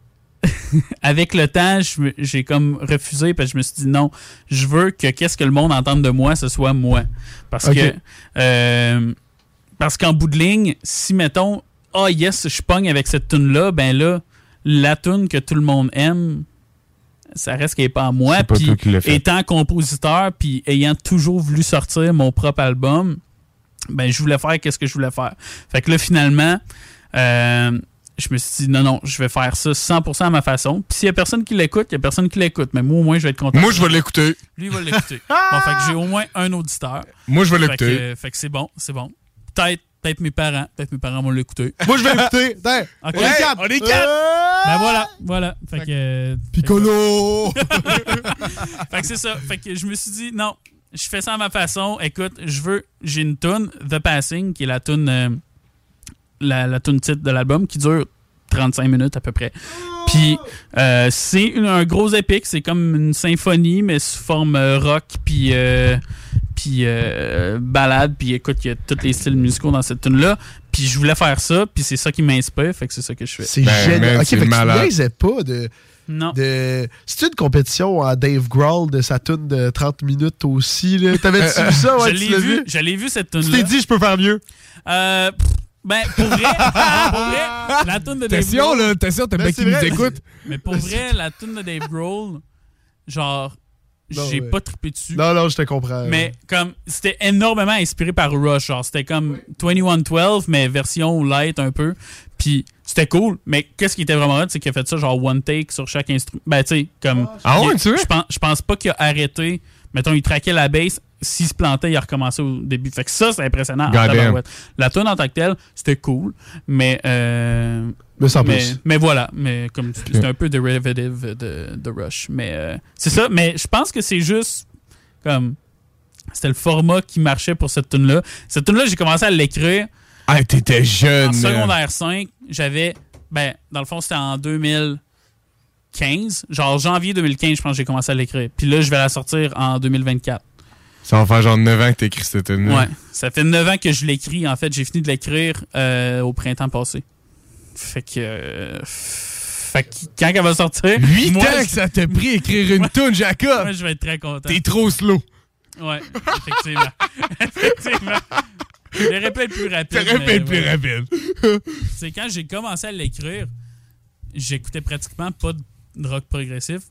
avec le temps, je me- j'ai comme refusé parce que je me suis dit non, je veux que qu'est-ce que le monde entende de moi, ce soit moi. Parce Ok. que euh, parce qu'en bout de ligne, si mettons ah oh yes, je pogne avec cette tune là, ben là, la tune que tout le monde aime, ça reste qu'elle n'est pas à moi. C'est pas Puis toi qui l'as fait. étant compositeur, puis ayant toujours voulu sortir mon propre album, ben je voulais faire qu'est-ce que je voulais faire. Fait que là finalement, euh, je me suis dit non non, je vais faire ça cent pour cent à ma façon. Puis s'il y a personne qui l'écoute, il y a personne qui l'écoute, mais moi au moins je vais être content. Moi, je vais l'écouter. Lui il va l'écouter. Bon, fait que j'ai au moins un auditeur. Moi, je vais Fait l'écouter. que, euh, Fait que c'est bon, c'est bon. Peut-être peut-être mes parents, peut-être mes parents vont l'écouter. Moi, je vais l'écouter. Tiens, Ok. on est quatre. on est quatre. Ben voilà, voilà. Fait que euh, Piccolo! fait que c'est ça. Fait que je me suis dit, non, je fais ça à ma façon. Écoute, je veux, j'ai une tune, The Passing, qui est la tune, euh, la, la tune titre de l'album, qui dure trente-cinq minutes à peu près. Puis euh, c'est une- un gros épique, c'est comme une symphonie, mais sous forme euh, rock, puis euh, puis euh, balade, puis écoute, il y a tous les styles musicaux dans cette tune-là. Puis je voulais faire ça, puis c'est ça qui m'inspire, fait que c'est ça que je fais. C'est Ben, génial. man, Ok, c'est fait que tu malade. niaisais pas de. Non. de... C'est une compétition à Dave Grohl de sa tune de trente minutes aussi. Là. T'avais-tu vu ça? Ouais, je tu l'ai l'as vu, je l'ai vu cette tune-là. Tu t'es dit, je peux faire mieux. Euh, pff, ben, pour vrai, pour vrai, la tune de Dave Attention, Grohl... là, attention, t'as Ben, bien c'est qui nous vrai. écoute. Mais pour vrai, la tune de Dave Grohl, genre, Non, j'ai ouais. pas trippé dessus. Non, non, je te comprends. Mais comme, c'était énormément inspiré par Rush. Genre, c'était comme vingt et un douze, mais version light un peu. Puis, c'était cool. Mais qu'est-ce qui était vraiment hot, c'est qu'il a fait ça genre one take sur chaque instrument. Ben, tu sais, comme... Ah ouais, il- tu vois? Je pense, je pense pas qu'il a arrêté. Mettons, il traquait la bass. S'il se plantait, il a recommencé au début. Fait que ça, c'est impressionnant. en God damn. tabarouette. La tune en tant que telle, c'était cool. Mais... Euh, Mais sans mais, plus. mais voilà, mais comme c'est un peu derivative de, de Rush. Mais euh, c'est ça, mais je pense que c'est juste comme c'était le format qui marchait pour cette tune-là. Cette tune-là, j'ai commencé à l'écrire Ah, t'étais jeune. en secondaire cinq. J'avais, ben, dans le fond, c'était en deux mille quinze. Genre janvier deux mille quinze, je pense que j'ai commencé à l'écrire. Puis là, je vais la sortir en deux mille vingt-quatre. Ça va faire genre neuf ans que t'écris cette tune. Ouais, ça fait neuf ans que je l'écris. En fait, j'ai fini de l'écrire euh, au printemps passé. Fait que... euh, fait que quand elle va sortir... huit moi, ans je- que ça t'a pris écrire une tune, Jacob. Moi, je vais être très content. T'es trop slow. Ouais, effectivement. effectivement. J'aurais pu être plus rapide. T'aurais pu mais être plus ouais. rapide. C'est quand j'ai commencé à l'écrire, j'écoutais pratiquement pas de rock progressif.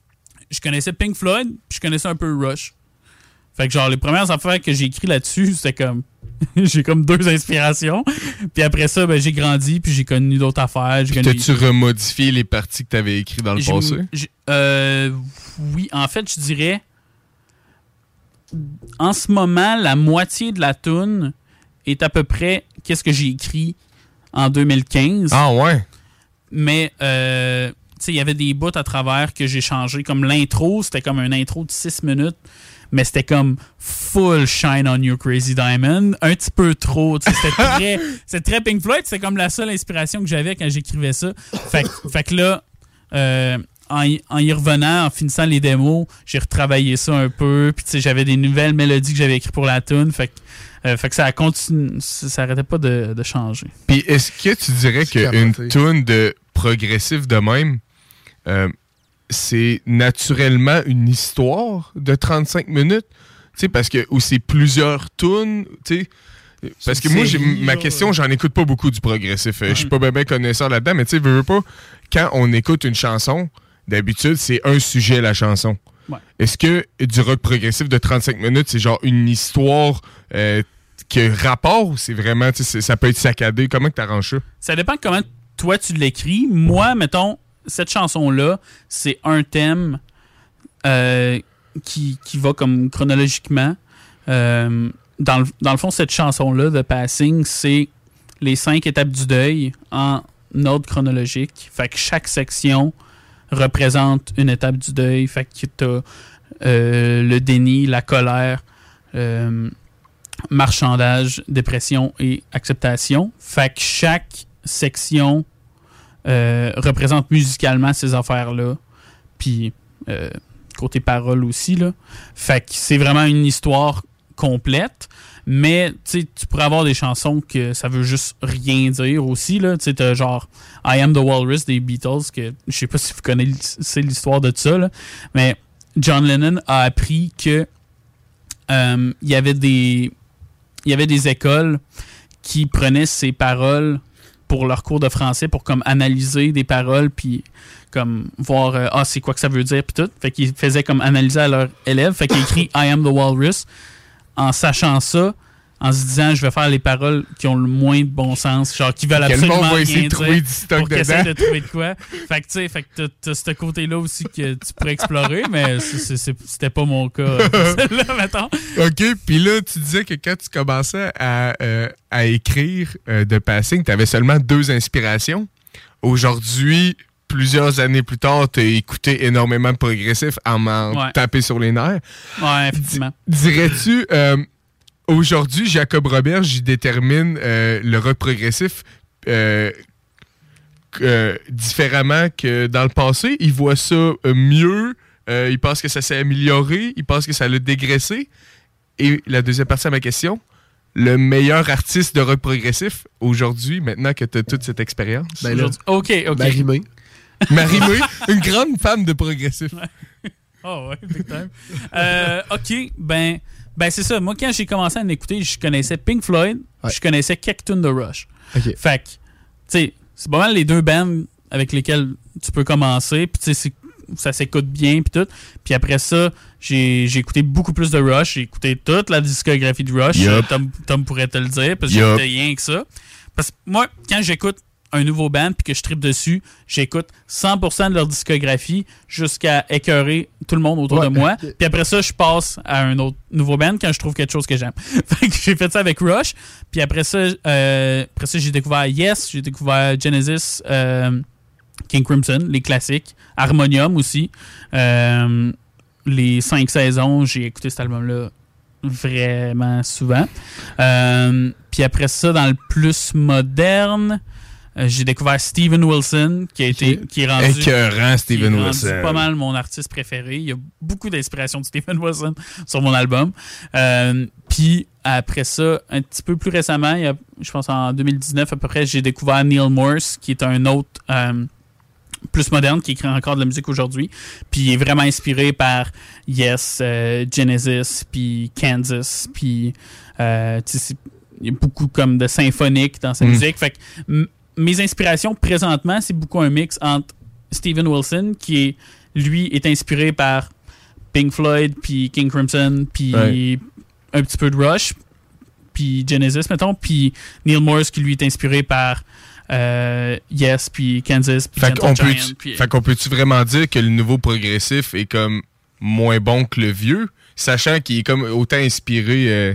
Je connaissais Pink Floyd, puis je connaissais un peu Rush. Fait que genre, les premières affaires que j'ai écrites là-dessus, c'était comme... j'ai comme deux inspirations. Puis après ça, ben, j'ai grandi, puis j'ai connu d'autres affaires. J'ai Puis connu- t'as-tu remodifié les parties que t'avais écrites dans le J'ai- passé? j'ai- euh, oui, en fait, je dirais... En ce moment, la moitié de la toune est à peu près qu'est-ce que j'ai écrit en deux mille quinze. Ah ouais? Mais, euh, tu sais, il y avait des bouts à travers que j'ai changé. Comme l'intro, c'était comme un intro de six minutes. Mais c'était comme full Shine on You Crazy Diamond. Un petit peu trop. tu sais, C'était très, c'était très Pink Floyd. C'était comme la seule inspiration que j'avais quand j'écrivais ça. Fait, que- fait que là, euh, en, y, en y revenant, en finissant les démos, j'ai retravaillé ça un peu. Puis tu sais, j'avais des nouvelles mélodies que j'avais écrites pour la tune. Fait que, euh, fait que ça a continué, ça arrêtait pas de, de changer. Puis est-ce que tu dirais qu'une tune de progressif de même, euh, c'est naturellement une histoire de trente-cinq minutes? Tu sais, parce que, ou c'est plusieurs tunes, tu sais. Parce que moi, j'ai, ma question, j'en écoute pas beaucoup du progressif. Je suis pas bien ben connaisseur là-dedans, mais tu sais, veux, veux pas, quand on écoute une chanson, d'habitude, c'est un sujet, la chanson. Ouais. Est-ce que du rock progressif de trente-cinq minutes, c'est genre une histoire euh, qui a rapport ou c'est vraiment, tu sais, ça peut être saccadé? Comment que t'arranges ça? Ça dépend de comment toi tu l'écris. Moi, mettons, cette chanson-là, c'est un thème euh, qui, qui va comme chronologiquement. Euh, Dans le, dans le fond, cette chanson-là de Passing, c'est les cinq étapes du deuil en ordre chronologique. Fait que chaque section représente une étape du deuil. Fait que t'as euh, le déni, la colère, euh, marchandage, dépression et acceptation. Fait que chaque section euh, représente musicalement ces affaires-là. Puis, euh, côté parole aussi, là. Fait que c'est vraiment une histoire complète, mais tu pourrais avoir des chansons que ça veut juste rien dire aussi. Tu sais, t'as genre I Am the Walrus des Beatles, que je sais pas si vous connaissez l'histoire de ça, là, mais John Lennon a appris que euh, il y avait des il y avait des écoles qui prenaient ces paroles pour leur cours de français pour comme analyser des paroles puis comme voir euh, ah c'est quoi que ça veut dire puis tout. Fait qu'ils faisaient comme analyser à leurs élèves. Fait qu'ils écrit I Am the Walrus en sachant ça, en se disant je vais faire les paroles qui ont le moins de bon sens, genre qui veulent absolument rien dire de trouver du stock pour qu'ils essaient de trouver de quoi. Fait que tu sais, fait que t'as, t'as ce côté-là aussi que tu pourrais explorer, mais c'est, c'est, c'était pas mon cas. Celle-là, mettons. OK, puis là, tu disais que quand tu commençais à, euh, à écrire euh, de Passing, tu avais seulement deux inspirations. Aujourd'hui, plusieurs années plus tard, tu as écouté énormément de progressif en m'en ouais. tapant sur les nerfs. Ouais, effectivement. D- dirais-tu, euh, aujourd'hui, Jacob Robert, j'y détermine euh, le rock progressif euh, euh, différemment que dans le passé. Il voit ça euh, mieux, euh, il pense que ça s'est amélioré, il pense que ça l'a dégraissé. Et la deuxième partie de ma question, le meilleur artiste de rock progressif aujourd'hui, maintenant que tu as toute cette expérience? Ben là, OK, OK. Marie-Mé. Marie-Mé, une grande femme de progressif. Oh ouais, big time. euh, OK, ben, ben c'est ça. Moi, quand j'ai commencé à l'écouter, je connaissais Pink Floyd, ouais. je connaissais quelques tunes de Rush. Okay. Fait que, tu sais, c'est pas mal les deux bands avec lesquels tu peux commencer, puis tu sais, ça s'écoute bien, puis tout. Puis après ça, j'ai, j'ai écouté beaucoup plus de Rush. J'ai écouté toute la discographie de Rush. Yep. Tom, Tom pourrait te le dire, parce que yep. j'écoutais rien que ça. Parce que moi, quand j'écoute un nouveau band puis que je trippe dessus, j'écoute cent pour cent de leur discographie jusqu'à écœurer tout le monde autour ouais. de moi. Puis après ça, je passe à un autre nouveau band quand je trouve quelque chose que j'aime. Fait que j'ai fait ça avec Rush. Puis après ça, euh, après ça, j'ai découvert Yes, j'ai découvert Genesis, euh, King Crimson, les classiques, Harmonium aussi. Euh, les cinq saisons, j'ai écouté cet album-là vraiment souvent. Euh, puis après ça, dans le plus moderne, euh, j'ai découvert Steven Wilson, qui a été qui est rendu, écœurant, Steven qui est Wilson. rendu pas mal mon artiste préféré. Il y a beaucoup d'inspiration de Steven Wilson sur mon album. Euh, puis après ça, un petit peu plus récemment, il y a, je pense en deux mille dix-neuf à peu près, j'ai découvert Neil Morse, qui est un autre euh, plus moderne, qui écrit encore de la musique aujourd'hui. Puis il est vraiment inspiré par Yes, euh, Genesis, puis Kansas, puis euh, il y a beaucoup comme de symphonique dans sa mm. musique. Fait que m- mes inspirations présentement, c'est beaucoup un mix entre Steven Wilson, qui est, lui est inspiré par Pink Floyd, puis King Crimson, puis ouais. un petit peu de Rush, puis Genesis, mettons, puis Neil Morse, qui lui est inspiré par Euh, Yes, puis Kansas, puis Gentle Giant. Peut puis... Fait qu'on peut-tu vraiment dire que le nouveau progressif est comme moins bon que le vieux, sachant qu'il est comme autant inspiré euh,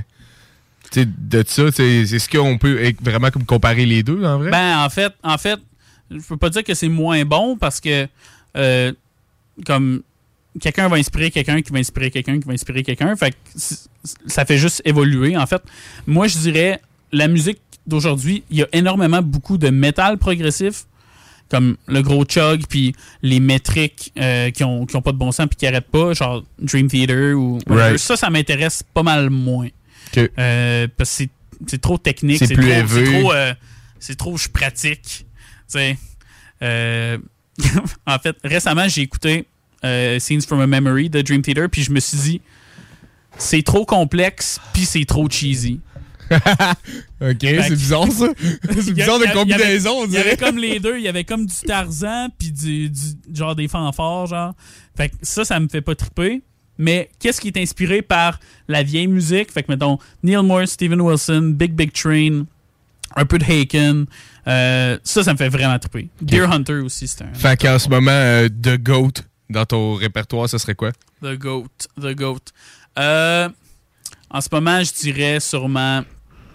de ça? Est-ce qu'on peut vraiment comme comparer les deux, en vrai? Ben, en fait, en fait, je peux pas dire que c'est moins bon parce que euh, comme quelqu'un va inspirer quelqu'un qui va inspirer quelqu'un qui va inspirer quelqu'un. Fait que ça fait juste évoluer, en fait. Moi, je dirais, la musique d'aujourd'hui, il y a énormément beaucoup de métal progressif comme le gros chug, puis les métriques euh, qui ont qui ont pas de bon sens puis qui arrêtent pas, genre Dream Theater ou Right. ça, ça m'intéresse pas mal moins. Okay. Euh, parce que c'est, c'est trop technique, C'est c'est, plus trop, élevé. c'est trop, euh, c'est trop, je pratique. Tu sais, euh, en fait, récemment j'ai écouté euh, Scenes from a Memory de Dream Theater, puis je me suis dit, c'est trop complexe, puis c'est trop cheesy. Ok, c'est bizarre ça. C'est bizarre de combinaison, on Il y avait dirait. comme les deux, il y avait comme du Tarzan puis du, du genre des fanfares, genre. Fait que ça, ça me fait pas triper. Mais qu'est-ce qui est inspiré par la vieille musique? Fait que mettons Neil Morse, Steven Wilson, Big Big Train, un peu de Haken. Euh, ça, ça me fait vraiment triper. Deer Hunter aussi, c'est un. Fait qu'en ce moment, euh, The Goat dans ton répertoire, ce serait quoi? The Goat. The Goat. Euh, en ce moment, je dirais sûrement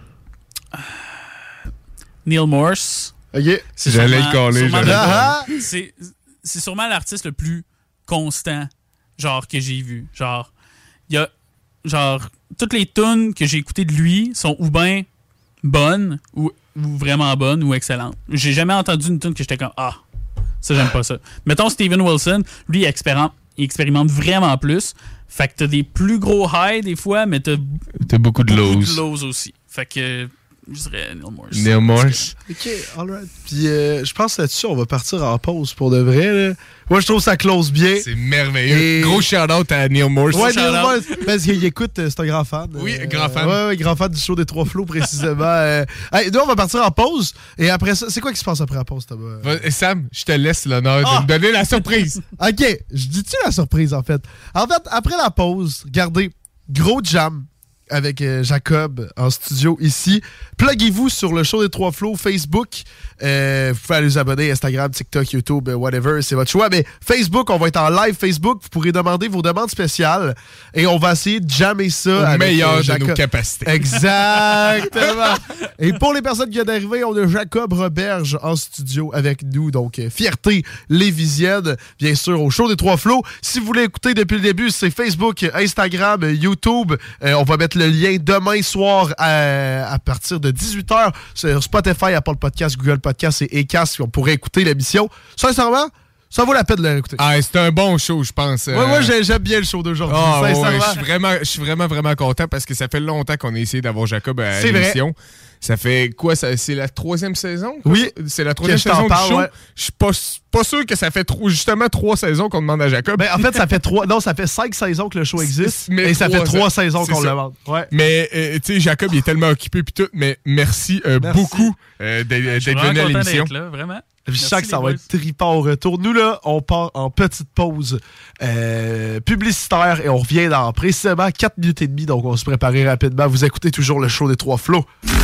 Neil Morse. OK. C'est J'allais sûrement- le caller, sûrement j'allais le- le caller. C'est, c'est sûrement l'artiste le plus constant, genre, que j'ai vu. Genre, il y a, genre, toutes les tunes que j'ai écoutées de lui sont ou bien bonnes, ou, ou vraiment bonnes, ou excellentes. J'ai jamais entendu une tune que j'étais comme, ah, ça, j'aime pas ça. Mettons Steven Wilson, lui, il expérimente, il expérimente vraiment plus. Fait que t'as des plus gros highs des fois, mais t'as, T'as beaucoup de beaucoup lows. de lows aussi. Fait que je dirais Neil Morse. Neil Morse. OK, alright. Puis euh, je pense là-dessus, on va partir en pause pour de vrai. Là. Moi, je trouve que ça close bien. C'est merveilleux. Et- Gros shout-out à Neil Morse. Ouais, Shout Neil out. Morse, parce qu'il écoute, euh, c'est un grand fan. Oui, Euh, grand fan. Ouais, ouais, grand fan du show des Trois Flots, précisément. euh. Hey, nous, on va partir en pause. Et après ça, c'est quoi qui se passe après la pause, Thomas? Va- Sam, je te laisse l'honneur Ah! de me donner la surprise. OK, je dis-tu la surprise, en fait? En fait, après la pause, regardez, gros jam avec euh, Jacob en studio ici. Pluguez-vous sur le show des Trois Flots, Facebook. Euh, vous pouvez aller vous abonner, Instagram, TikTok, YouTube, euh, whatever, c'est votre choix. Mais Facebook, on va être en live Facebook. Vous pourrez demander vos demandes spéciales et on va essayer de jammer ça Au avec meilleur euh, de Jacob. nos capacités. Exactement. Et pour les personnes qui viennent d'arriver, on a Jacob Roberge en studio avec nous. Donc, euh, fierté lévisienne, bien sûr, au show des Trois Flots. Si vous voulez écouter depuis le début, c'est Facebook, Instagram, YouTube. Euh, on va mettre le lien demain soir à, à partir de dix-huit heures sur Spotify, Apple Podcast, Google Podcast et Acast. On pourrait écouter l'émission. Sincèrement, ça vaut la peine de l'écouter. Ah, c'est un bon show, je pense. Ouais, moi, j'ai- j'aime bien le show d'aujourd'hui. Ah, ouais, sincèrement. je suis vraiment, je suis vraiment, vraiment content parce que ça fait longtemps qu'on a essayé d'avoir Jacob à C'est vrai. l'émission. Ça fait quoi? ça- C'est la troisième saison? Oui. C'est la troisième Que je t'en saison parle, du show. ouais. Je suis pas, pas sûr que ça fait trop, justement trois saisons qu'on demande à Jacob. Ben, en fait, ça fait trois. Non, ça fait cinq saisons que le show existe. Mais et ça fait trois saisons c'est qu'on le ça. demande. Ouais. Mais, euh, tu sais, Jacob, il est tellement occupé puis tout, mais merci, euh, Merci. beaucoup euh, d'être Je suis d'être vraiment venu à content l'émission. d'être là, vraiment. Je Merci, sens que ça les va boys. être trippant au retour. Nous, là, on part en petite pause euh, publicitaire et on revient dans précisément quatre minutes et demie. Donc, on va se préparer rapidement. Vous écoutez toujours le show des Trois Flots.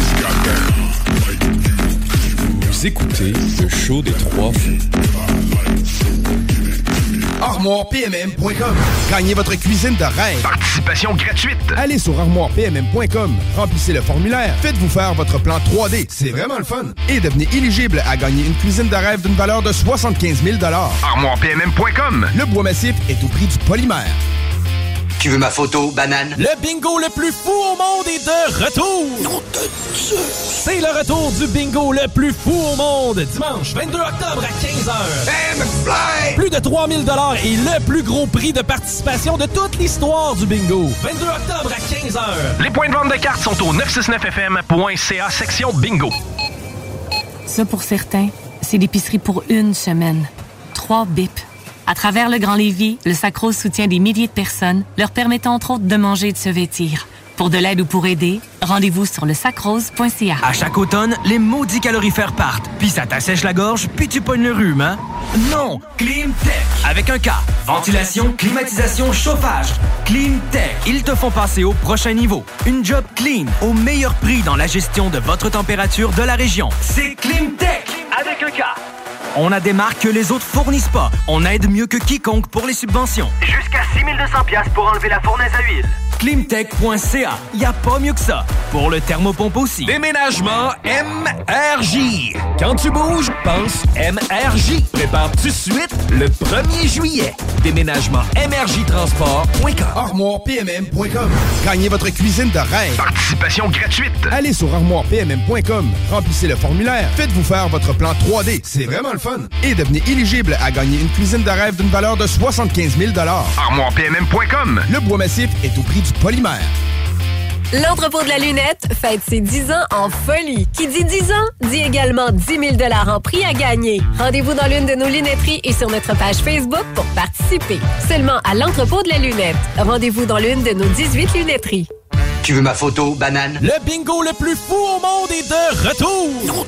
Vous écoutez le show des Trois Flots. armoire p m m point com. Gagnez votre cuisine de rêve. Participation gratuite. Allez sur armoire p m m point com. Remplissez le formulaire. Faites-vous faire votre plan trois D. C'est vraiment le fun. Et devenez éligible à gagner une cuisine de rêve d'une valeur de soixante-quinze mille dollars. armoire p m m point com. Le bois massif est au prix du polymère. Tu veux ma photo, banane? Le bingo le plus fou au monde est de retour! C'est le retour du bingo le plus fou au monde! Dimanche vingt-deux octobre à quinze heures. Plus de trois mille dollars et le plus gros prix de participation de toute l'histoire du bingo. vingt-deux octobre à quinze heures. Les points de vente de cartes sont au neuf cent soixante-neuf F M point C A section bingo. Ça, pour certains, c'est l'épicerie pour une semaine. Trois bips. À travers le Grand Lévis, le Sacrose soutient des milliers de personnes, leur permettant entre autres de manger et de se vêtir. Pour de l'aide ou pour aider, rendez-vous sur le sacrose point c a. À chaque automne, les maudits calorifères partent. Puis ça t'assèche la gorge, puis tu pognes le rhume, hein? Non! Climtech! Avec un K. Ventilation, climatisation, chauffage. Climtech. Ils te font passer au prochain niveau. Une job clean, au meilleur prix dans la gestion de votre température de la région. C'est Climtech! Avec un K. On a des marques que les autres fournissent pas. On aide mieux que quiconque pour les subventions. Jusqu'à six mille deux cents dollars pour enlever la fournaise à huile. climtech point c a. Y a pas mieux que ça. Pour le thermopompe aussi. Déménagement M R J. Quand tu bouges, pense M R J. Prépare tout de suite le premier juillet. Déménagement M R J transport point com. armoire p m m point com. Gagnez votre cuisine de rêve. Participation gratuite. Allez sur armoire p m m point com. Remplissez le formulaire. Faites-vous faire votre plan trois D. C'est vraiment le fun. Et devenez éligible à gagner une cuisine de rêve d'une valeur de soixante-quinze mille dollars. armoire p m m point com. Le bois massif est au prix du polymère. L'entrepôt de la lunette fête ses dix ans en folie. Qui dit dix ans, dit également dix mille dollars en prix à gagner. Rendez-vous dans l'une de nos lunetteries et sur notre page Facebook pour participer. Seulement à l'entrepôt de la lunette. Rendez-vous dans l'une de nos dix-huit lunetteries. Tu veux ma photo, banane? Le bingo le plus fou au monde est de retour!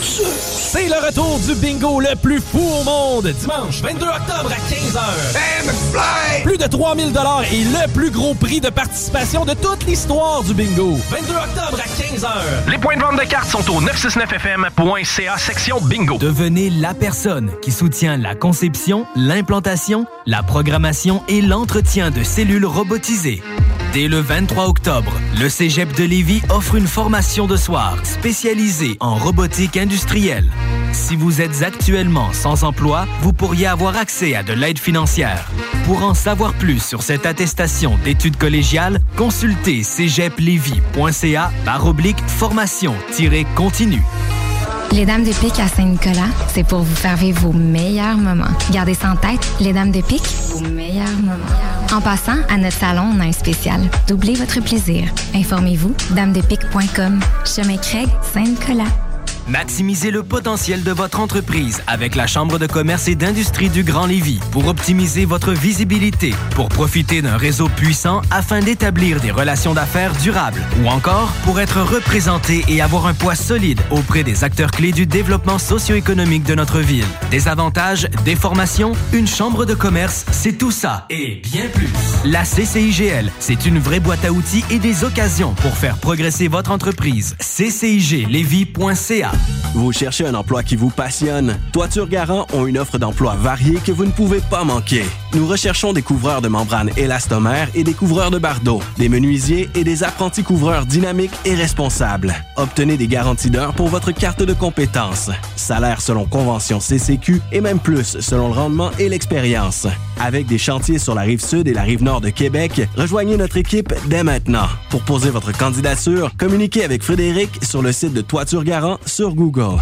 C'est le retour du bingo le plus fou au monde, dimanche vingt-deux octobre à quinze heures. Hey, McFly! Plus de trois mille dollars et le plus gros prix de participation de toute l'histoire du bingo. vingt-deux octobre à quinze heures. Les points de vente de cartes sont au neuf cent soixante-neuf F M point C A section bingo. Devenez la personne qui soutient la conception, l'implantation, la programmation et l'entretien de cellules robotisées. Dès le vingt-trois octobre, le Cégep de Lévis offre une formation de soir spécialisée en robotique industrielle. Si vous êtes actuellement sans emploi, vous pourriez avoir accès à de l'aide financière. Pour en savoir plus sur cette attestation d'études collégiales, consultez cégep lévis point c a barre oblique formation continue. Les Dames de Pique à Saint-Nicolas, c'est pour vous faire vivre vos meilleurs moments. Gardez ça en tête, les Dames de Pique, vos meilleurs moments. En passant, à notre salon, on a un spécial. Doublez votre plaisir. Informez-vous, dames de pique point com. Chemin Craig, Saint-Nicolas. Maximisez le potentiel de votre entreprise avec la Chambre de commerce et d'industrie du Grand Lévis pour optimiser votre visibilité, pour profiter d'un réseau puissant afin d'établir des relations d'affaires durables ou encore pour être représenté et avoir un poids solide auprès des acteurs clés du développement socio-économique de notre ville. Des avantages, des formations, une chambre de commerce, c'est tout ça et bien plus. La C C I G L, c'est une vraie boîte à outils et des occasions pour faire progresser votre entreprise. c c i g lévis point c a. Vous cherchez un emploi qui vous passionne? Toiture Garant ont une offre d'emploi variée que vous ne pouvez pas manquer. Nous recherchons des couvreurs de membranes élastomères et des couvreurs de bardeaux, des menuisiers et des apprentis couvreurs dynamiques et responsables. Obtenez des garanties d'heures pour votre carte de compétences. Salaire selon convention C C Q et même plus selon le rendement et l'expérience. Avec des chantiers sur la rive sud et la rive nord de Québec, rejoignez notre équipe dès maintenant. Pour poser votre candidature, communiquez avec Frédéric sur le site de Toiture Garant sur Google.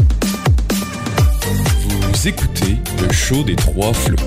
Vous écoutez le show des Trois Flots.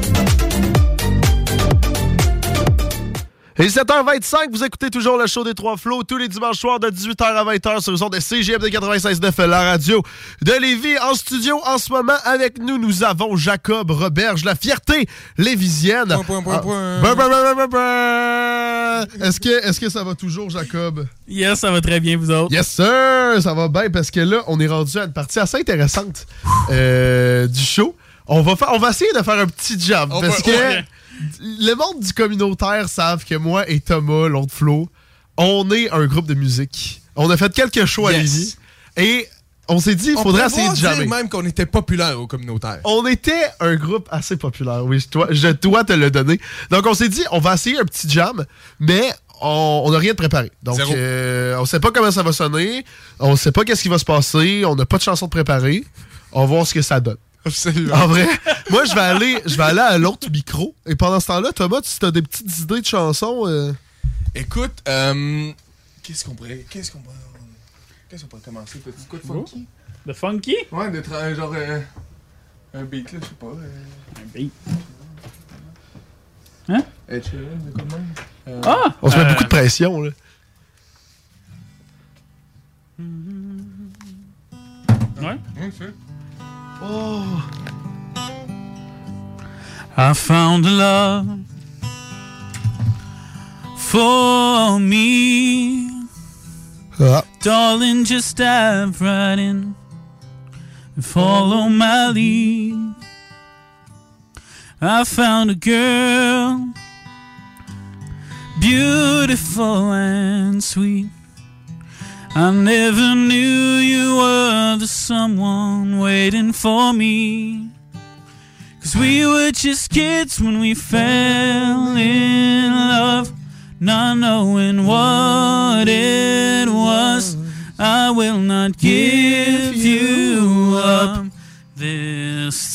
Et sept heures vingt-cinq, vous écoutez toujours le show des Trois Flots tous les dimanches soirs de dix-huit heures à vingt heures sur le son de C G M de quatre-vingt-seize neuf, la radio de Lévis. En studio, en ce moment, avec nous, nous avons Jacob Roberge, la fierté lévisienne. Point, point, point, point. Ah, bah, bah, bah, bah, bah. Est-ce que, est-ce que ça va toujours, Jacob? Yes, ça va très bien, vous autres. Yes, sir! Ça va bien, parce que là, on est rendu à une partie assez intéressante euh, du show. On va, faire, on va essayer de faire un petit jam, on parce peut, que... Ouais. Le monde du communautaire savent que moi et Thomas, l'autre Flo, on est un groupe de musique. On a fait quelques shows à yes. Lévis et on s'est dit, il faudrait essayer de jammer. On même qu'on était populaire au communautaire. On était un groupe assez populaire, oui, je dois, je dois te le donner. Donc on s'est dit, on va essayer un petit jam, mais on n'a rien de préparé. Donc euh, on sait pas comment ça va sonner, on sait pas qu'est-ce qui va se passer, on n'a pas de chanson de préparer. On va voir ce que ça donne. Absolument. En vrai, moi, je vais aller je vais aller à l'autre micro. Et pendant ce temps-là, Thomas, si t'as des petites idées de chansons... Euh... Écoute, euh, qu'est-ce qu'on pourrait... Qu'est-ce qu'on pourrait... Qu'est-ce qu'on pourrait commencer? T'as dit quoi de funky? De funky? Ouais, d'être un genre... Euh, un beat, là, je sais pas. Euh... Un beat. Hein? Ed Sheeran, de quoi de même? Euh... Ah! On se met euh... beaucoup de pression, là. Ouais? Ouais, c'est... Oh. I found love for me. Ah. Darling, just dive right in and follow my lead. I found a girl, beautiful and sweet. I never knew you were the someone waiting for me. 'Cause we were just kids when we fell in love. not knowing what it was. I will not give you up this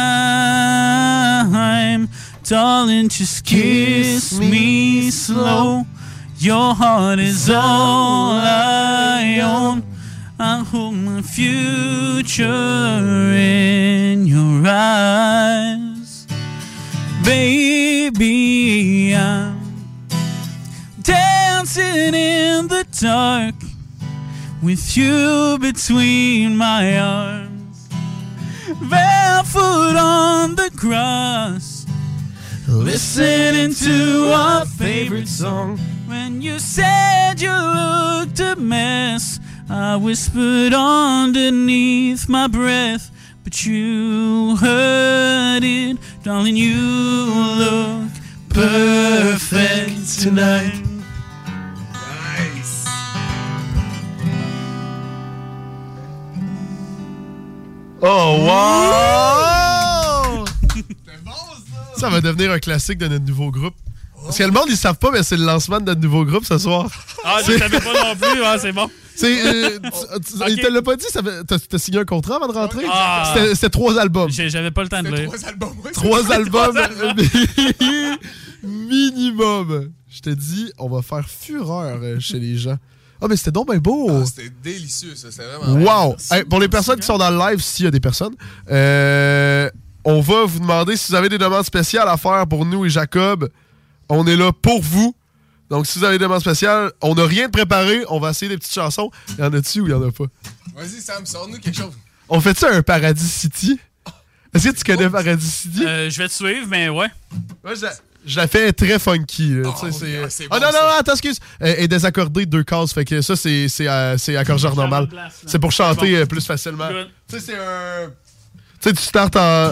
time. Darling, just kiss me slow. Your heart is all I own. I hold my future in your eyes. Baby, I'm dancing in the dark with you between my arms, barefoot on the grass, listening to our favorite song. When you said you looked a mess, I whispered underneath my breath, but you heard it. Darling, you look perfect tonight. Nice. Oh, wow! C'est bon, ça! Ça va devenir un classique de notre nouveau groupe. Parce que le monde, ils savent pas, mais c'est le lancement de notre nouveau groupe ce soir. Ah, je savais pas non plus, hein, c'est bon. C'est, euh, tu, tu, okay. Il te l'a pas dit, ça fait, t'as, t'as signé un contrat avant de rentrer? Ah, c'était, c'était trois albums. J'avais pas le temps de lire. Trois albums, oui. Trois albums minimum. Je te dis, on va faire fureur chez les gens. Ah, mais c'était donc bien beau. Ah, c'était délicieux, ça. C'était vraiment... Wow! Hey, pour les personnes qui sont dans le live, s'il y a des personnes, euh, on va vous demander si vous avez des demandes spéciales à faire pour nous et Jacob. On est là pour vous. Donc, si vous avez des demandes spéciales, on n'a rien de préparé. On va essayer des petites chansons. Il y en a-tu ou il y en a pas? Vas-y, Sam, sors-nous quelque chose. On fait-tu un Paradis City? Est-ce que tu connais Paradis City? Euh, je vais te suivre, mais ouais. Moi, je, je la fais très funky. Là, oh, c'est... Ah, c'est bon, oh non, non, non, attends, excuse. Elle est désaccordée de deux cases. Fait que ça, c'est, c'est, euh, c'est accordeur normal. Place, c'est pour chanter bon. euh, plus facilement. Tu sais, c'est un... Tu sais, tu startes en...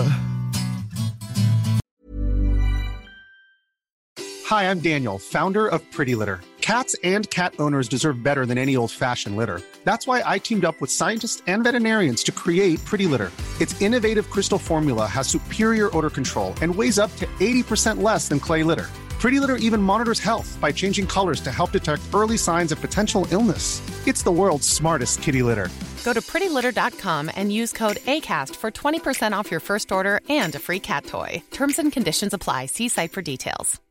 Hi, I'm Daniel, founder of Pretty Litter. Cats and cat owners deserve better than any old-fashioned litter. That's why I teamed up with scientists and veterinarians to create Pretty Litter. Its innovative crystal formula has superior odor control and weighs up to eighty percent less than clay litter. Pretty Litter even monitors health by changing colors to help detect early signs of potential illness. It's the world's smartest kitty litter. Go to pretty litter dot com and use code ACAST for twenty percent off your first order and a free cat toy. Terms and conditions apply. See site for details.